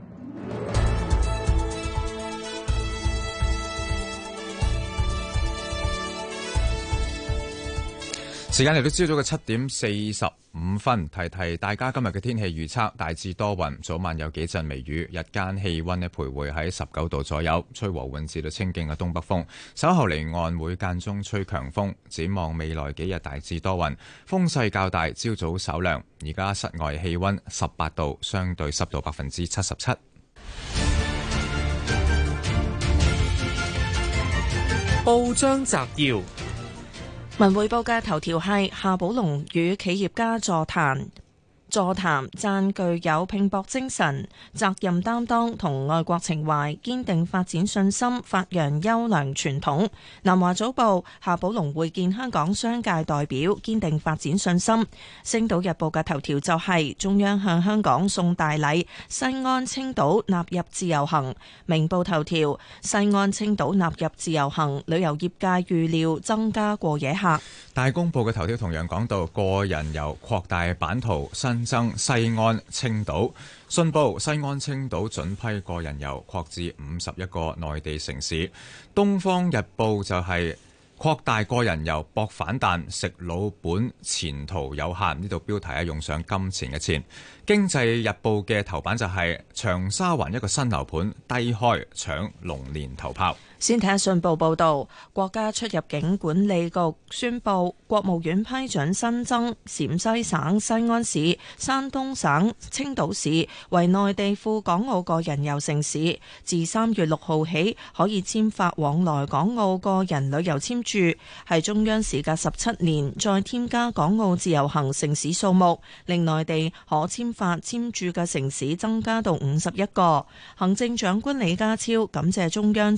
時間嚟到朝早嘅七點四十五分，提提大家今日嘅天氣預測，大致多雲，早晚有幾陣微雨，日間氣溫呢徘徊喺十九度左右，吹和緩至到清勁嘅東北風，稍後離岸會間中吹強風。展望未來幾日大致多雲，風勢較大，朝早稍涼。而家室外氣溫十八度，相對濕度百分之七十七。 報章摘要。 文匯報嘅頭條係夏寶龍與企業家座談，座談讚具有拼搏精神、責任擔當同愛國情懷，堅定發展信心，發揚優良傳統。南華早報夏寶龍會見香港商界代表，堅定發展信心。星島日報嘅頭條就係中央向香港送大禮，西安青島納入自由行。明報頭條西安青島納入自由行，旅遊業界預料增加過夜客。 大公報嘅頭條同樣講到個人遊擴大版圖，新增西安青島。信報西安青島准批個人遊擴至五十一個內地城市。東方日報就係擴大個人遊博反彈，食老本前途有限。呢度標題係用上金錢嘅錢。經濟日報嘅頭版就係長沙灣一個新樓盤低開搶龍年頭炮。 先睇下信報報導，國家出入境管理局宣布，國務院批准新增陝西省西安市、山東省青島市為內地赴港澳個人遊城市，自三月六號起可以簽發往來港澳個人旅遊簽注，係中央時隔十七年再添加港澳自由行城市數目，令內地可簽發簽注嘅城市增加到五十一個。行政長官李家超感謝中央積極回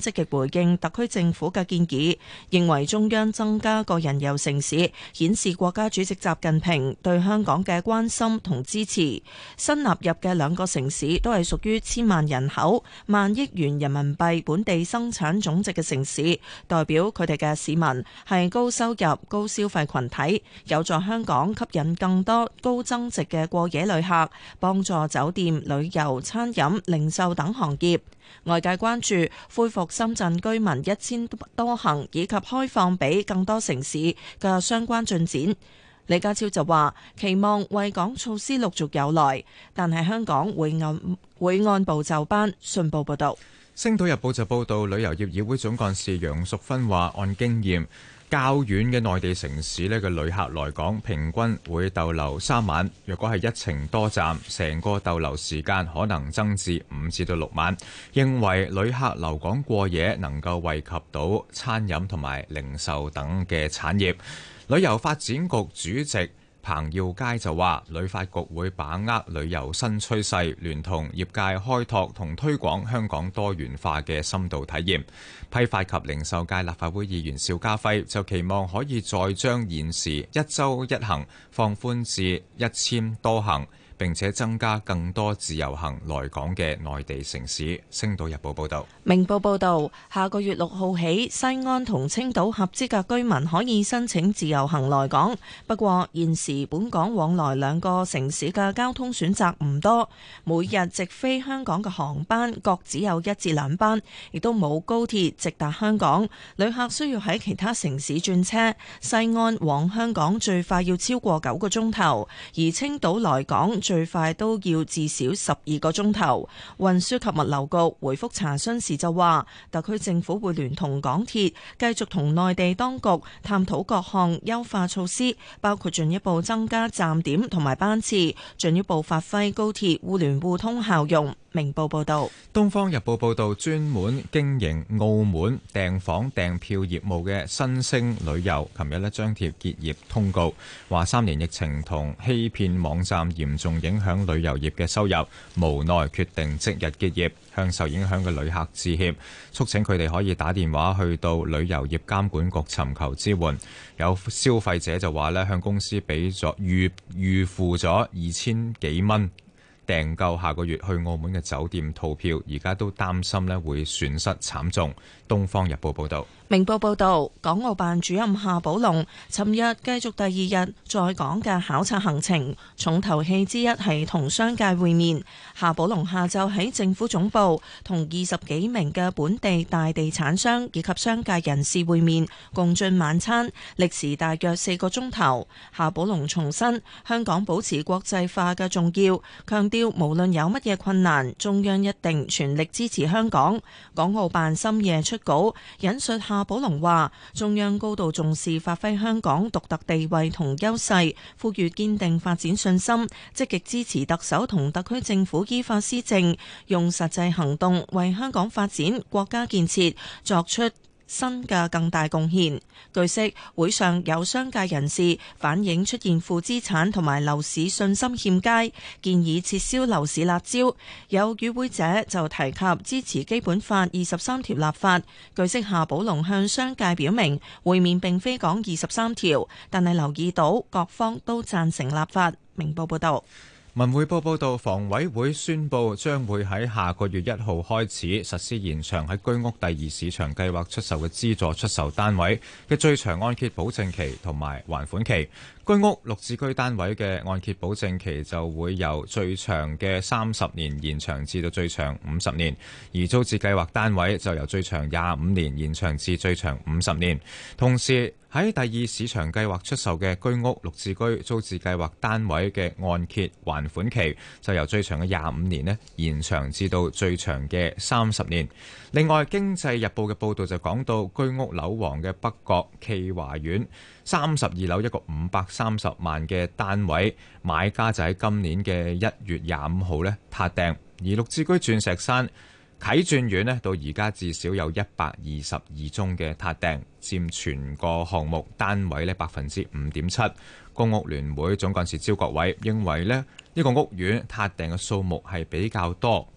應特區政府嘅建議，認為中央增加個人遊城市，顯示國家主席習近平對香港嘅關心同支持。新納入嘅兩個城市都係屬於千萬人口、萬億元人民幣本地生產總值嘅城市，代表佢哋嘅市民係高收入、高消費群體，有助香港吸引更多高增值嘅過夜旅客，幫助酒店、旅遊、餐飲、零售等行業。外界關注恢復深圳居民一簽多行以及開放俾更多城市嘅相關進展。李家超就話期望惠港措施陸續有來，但係香港會按會按部就班。信報報道。 星島日報就報道，旅遊業議會總幹事楊淑芬話，按經驗，較遠嘅內地城市呢嘅旅客來港平均會逗留三晚，若果係一程多站，成個逗留時間可能增至五至到六晚。認為旅客留港過夜能夠惠及到餐飲同埋零售等嘅產業。旅遊發展局主席彭耀佳就話，旅發局會把握旅遊新趨勢，聯同業界開拓同推廣香港多元化嘅深度體驗。批發及零售界立法會議員邵家輝就期望可以再將現時一週一行放寬至一簽多行，並且增加更多自由行來港嘅內地城市。星島日報報道。 明報報道，下個月六號起，西安同青島合資格居民可以申請自由行來港。不過現時本港往來兩個城市嘅交通選擇唔多，每日直飛香港嘅航班各只有一至兩班，亦都冇高鐵直達香港。旅客需要喺其他城市轉車。西安往香港最快要超過九個鐘頭，而青島來港最快都要至少十二個鐘頭。運輸及物流局回覆查詢時就話，特區政府會聯同港鐵繼續同內地當局探討各項優化措施，包括進一步增加站點同埋班次，進一步發揮高鐵互聯互通效用。明報報道。 東方日報報道，專門經營澳門訂房訂票業務嘅新星旅遊琴日咧張貼結業通告，話三年疫情同欺騙網站嚴重影響旅遊業嘅收入，無奈決定即日結業，向受影響嘅旅客致歉，促請佢哋可以打電話去到旅遊業監管局尋求支援。有消費者就話咧，向公司俾咗預預付咗二千幾蚊訂購下個月去澳門嘅酒店套票，而家都擔心咧會損失慘重。東方日報報道。 明報報道，港澳辦主任夏寶龍尋日繼續第二日在港嘅考察行程，重頭戲之一係同商界會面。夏寶龍下晝喺政府總部同二十幾名嘅本地大地產商以及商界人士會面，共進晚餐，歷時大約四個鐘頭。夏寶龍重申香港保持國際化嘅重要，強調無論有乜嘢困難，中央一定全力支持香港。港澳辦深夜出稿引述夏寶龍話，中央高度重視發揮香港獨特地位同優勢，呼籲堅定發展信心，積極支持特首同特區政府依法施政，用實際行動為香港發展、國家建設作出新嘅更大貢獻。據悉，會上有商界人士反映出現負資產同埋樓市信心欠佳，建議撤銷樓市辣招。有與會者就提及支持基本法二十三條立法。據悉，夏寶龍向商界表明，會面並非講二十三條，但係留意到各方都贊成立法。明報報道。 文匯報報道，房委會宣布將會喺下個月一號開始實施延長喺居屋第二市場計劃出售嘅資助出售單位嘅最長按揭保證期同埋還款期。居屋綠置居單位嘅按揭保證期就會由最長嘅三十年延長至到最長五十年，而租置計劃單位就由最長廿五年延長至最長五十年。同時喺第二市場計劃出售嘅居屋綠置居租置計劃單位嘅按揭還款期就由最長嘅廿五年咧延長至到最長嘅三十年。另外，《經濟日報》嘅報導就講到，居屋樓王嘅北角驥華苑三十二樓一個五百三十萬嘅單位，買家就喺今年嘅一月廿五號咧撻訂，而綠置居鑽石山啟鑽苑咧到而家至少有一百二十二宗嘅撻訂，佔全個項目單位咧百分之五點七。公屋聯會總幹事招國偉認為咧呢個屋苑撻訂嘅數目係比較多，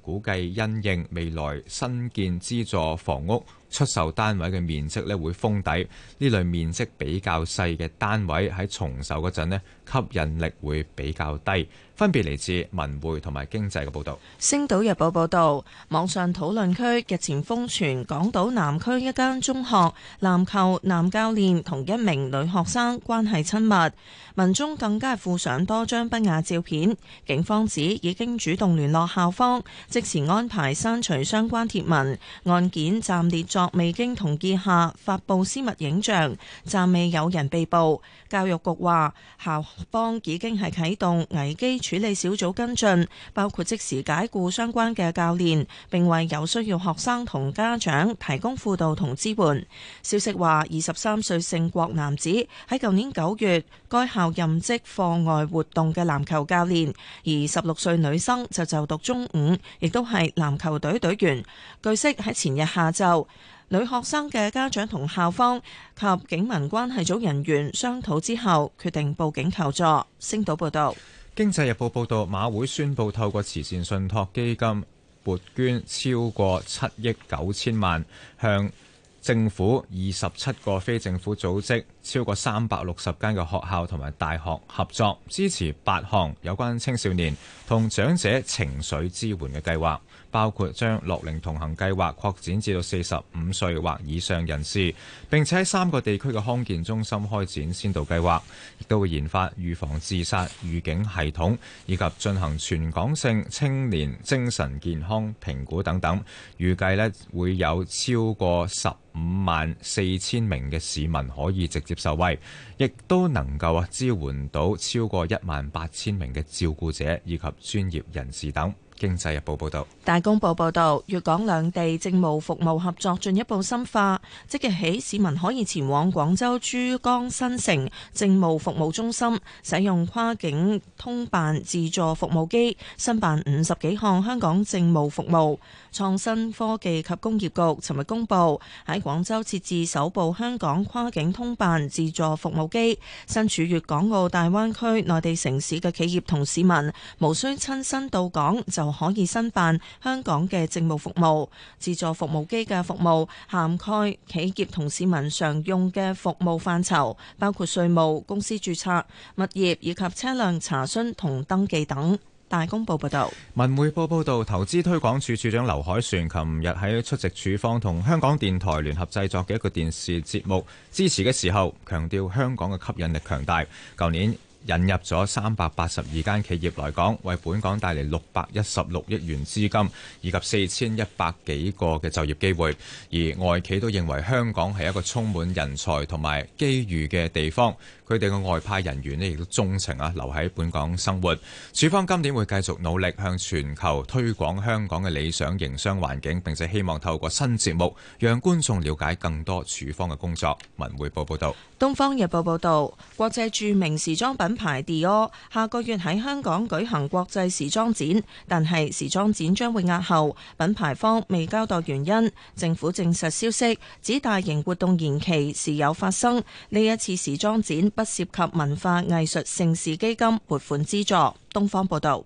估計因應未來新建資助房屋出售單位嘅面積咧會封底，呢類面積比較細嘅單位喺重售嗰陣咧吸引力會比較低。分別嚟自文匯同埋經濟嘅報導。 星島日報報導，網上討論區日前瘋傳港島南區一間中學籃球男教練同一名女學生關係親密，文中更加係附上多張不雅照片。警方指已經主動聯絡校方，即時安排刪除相關貼文，案件暫列作未經同意下發布私密影像，暫未有人被捕。教育局話，校方已經係啟動危機處理小組跟進，包括即時解僱相關嘅教練，並為有需要學生同家長提供輔導同支援。消息話，二十三歲姓郭男子喺舊年九月該校任職課外活動嘅籃球教練，而十六歲女生就就讀中五，亦都係籃球隊隊員。據悉喺前日下晝，女學生嘅家長同校方及警民關係組人員商討之後，決定報警求助。星島報道。 經濟日報報導，馬會宣布透過慈善信託基金撥捐超過七億九千萬，向政府二十七個非政府組織、超過三百六十間嘅學校同埋大學合作，支持八項有關青少年同長者情緒支援嘅計劃，包括將樂齡同行計劃擴展至到四十五歲或以上人士，並且喺三個地區嘅康健中心開展先導計劃，亦都會研發預防自殺預警系統，以及進行全港性青年精神健康評估等等。預計呢會有超過十五萬四千名嘅市民可以直接受惠，亦都能夠啊支援到超過一萬八千名嘅照顧者以及專業人士等。經濟日報報道。 大公報報導，粵港兩地政務服務合作進一步深化，即日起市民可以前往廣州珠江新城政務服務中心使用跨境通辦自助服務機，申辦五十幾項香港政務服務。創新科技及工業局尋日公佈喺廣州設置首部香港跨境通辦自助服務機，身處粵港澳大灣區內地城市嘅企業同市民無需親身到港就可以申辦香港嘅政務服務。自助服務機嘅服務涵蓋企業同市民常用嘅服務範疇，包括稅務、公司註冊、物業以及車輛查詢同登記等。大公報報道。 文匯報報道，投資推廣署署長劉凱旋琴日喺出席署方同香港電台聯合製作嘅一個電視節目支持嘅時候，強調香港嘅吸引力強大。舊年引入咗三百八十二間企業來港，為本港帶嚟六百一十六億元資金，以及四千一百幾個嘅就業機會。而外企都認為香港係一個充滿人才同埋機遇嘅地方。佢哋嘅外派人員呢亦都鍾情啊留喺本港生活。署方今年會繼續努力向全球推廣香港嘅理想營商環境，並且希望透過新節目讓觀眾了解更多署方嘅工作。文匯報報道。 東方日報報道，國際著名時裝品牌 Dior 下個月喺香港舉行國際時裝展，但係時裝展將會押後，品牌方未交代原因。政府證實消息，指大型活動延期時有發生。呢一次時裝展不涉及文化藝術盛事基金撥款資助。東方報道。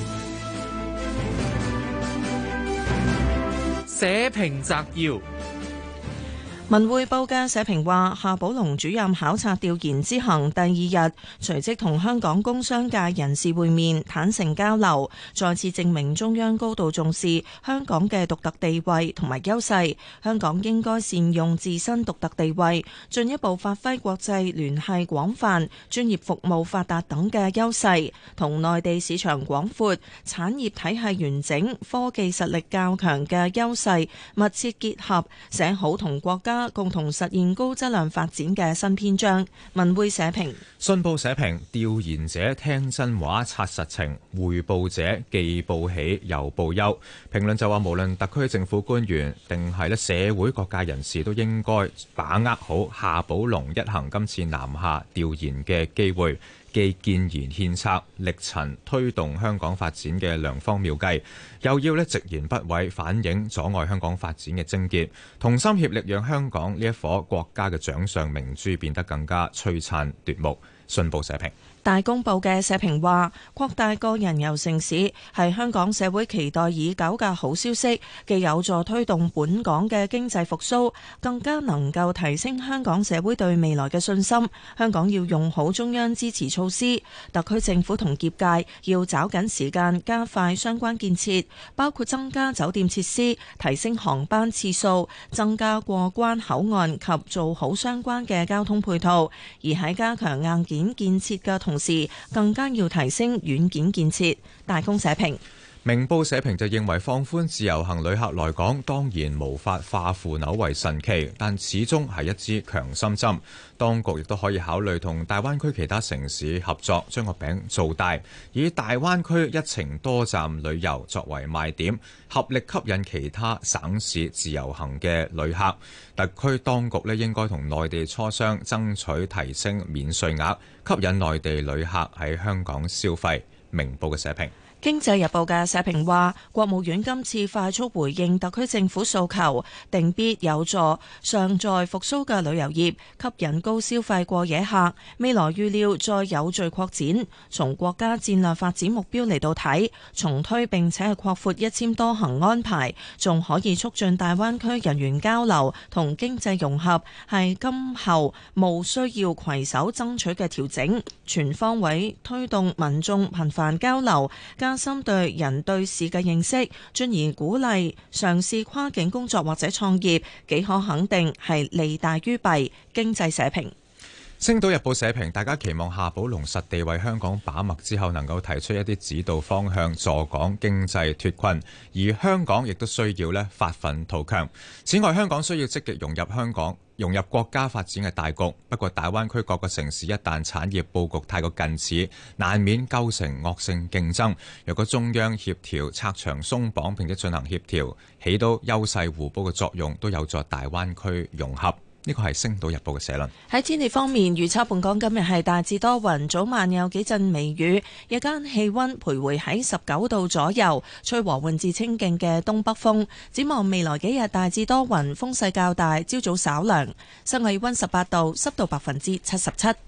社評摘要。 文匯報嘅社評話，夏寶龍主任考察調研之行第二日，隨即同香港工商界人士會面，坦誠交流，再次證明中央高度重視香港嘅獨特地位同埋優勢。香港應該善用自身獨特地位，進一步發揮國際聯繫廣泛、專業服務發達等嘅優勢，同內地市場廣闊、產業體系完整、科技實力較強嘅優勢密切結合，寫好同國家共同實現高質量發展嘅新篇章。文匯社評。 信報社評，調研者聽真話察實情，匯報者既報喜又報憂。評論就話，無論特區政府官員定係咧社會各界人士，都應該把握好夏寶龍一行今次南下調研嘅機會，既建言獻策，力陳推動香港發展嘅良方妙計，又要咧直言不諱反映阻礙香港發展嘅症結，同心協力讓香港呢一顆國家嘅掌上明珠變得更加璀璨奪目。 信報社評。 大公報嘅社評話，擴大個人遊城市係香港社會期待已久嘅好消息，既有助推動本港嘅經濟復甦，更加能夠提升香港社會對未來嘅信心。香港要用好中央支持措施，特區政府同業界要抓緊時間加快相關建設，包括增加酒店設施、提升航班次數、增加過關口岸及做好相關嘅交通配套。而喺加強硬件建設嘅同時，更加要提升軟件建設。大公社評。 明報社評就認為放寬自由行旅客來港當然無法化腐朽為神奇，但始終係一支強心針。當局亦都可以考慮同大灣區其他城市合作，將個餅做大，以大灣區一程多站旅遊作為賣點，合力吸引其他省市自由行嘅旅客。特區當局咧應該同內地磋商，爭取提升免稅額，吸引內地旅客喺香港消費。明報嘅社評。 經濟日報嘅社評話，國務院今次快速回應特區政府訴求，定必有助尚在復甦嘅旅遊業，吸引高消費過夜客。未來預料再有序擴展。從國家戰略發展目標嚟到睇，重推並且係擴闊一簽多行安排，仲可以促進大灣區人員交流同經濟融合，係今後務需要攜手爭取嘅調整，全方位推動民眾頻繁交流，加深對人對事嘅認識，進而鼓勵嘗試跨境工作或者創業，幾可肯定係利大於弊。經濟社評。 星島日報社評，大家期望夏寶龍實地為香港把脈之後，能夠提出一啲指導方向，助港經濟脫困。而香港亦都需要咧發奮圖強。此外，香港需要積極融入香港融入國家發展嘅大局。不過，大灣區各個城市一旦產業佈局太過近似，難免構成惡性競爭。若果中央協調拆牆鬆綁，並且進行協調，起到優勢互補嘅作用，都有助大灣區融合。呢個係《星島日報》嘅社論。 喺天氣方面，預測本港今日係大致多雲，早晚有幾陣微雨，日間氣溫徘徊喺十九度左右，吹和緩至清勁嘅東北風。展望未來幾日，大致多雲，風勢較大，朝早稍涼。室外氣溫十八度，濕度百分之七十七。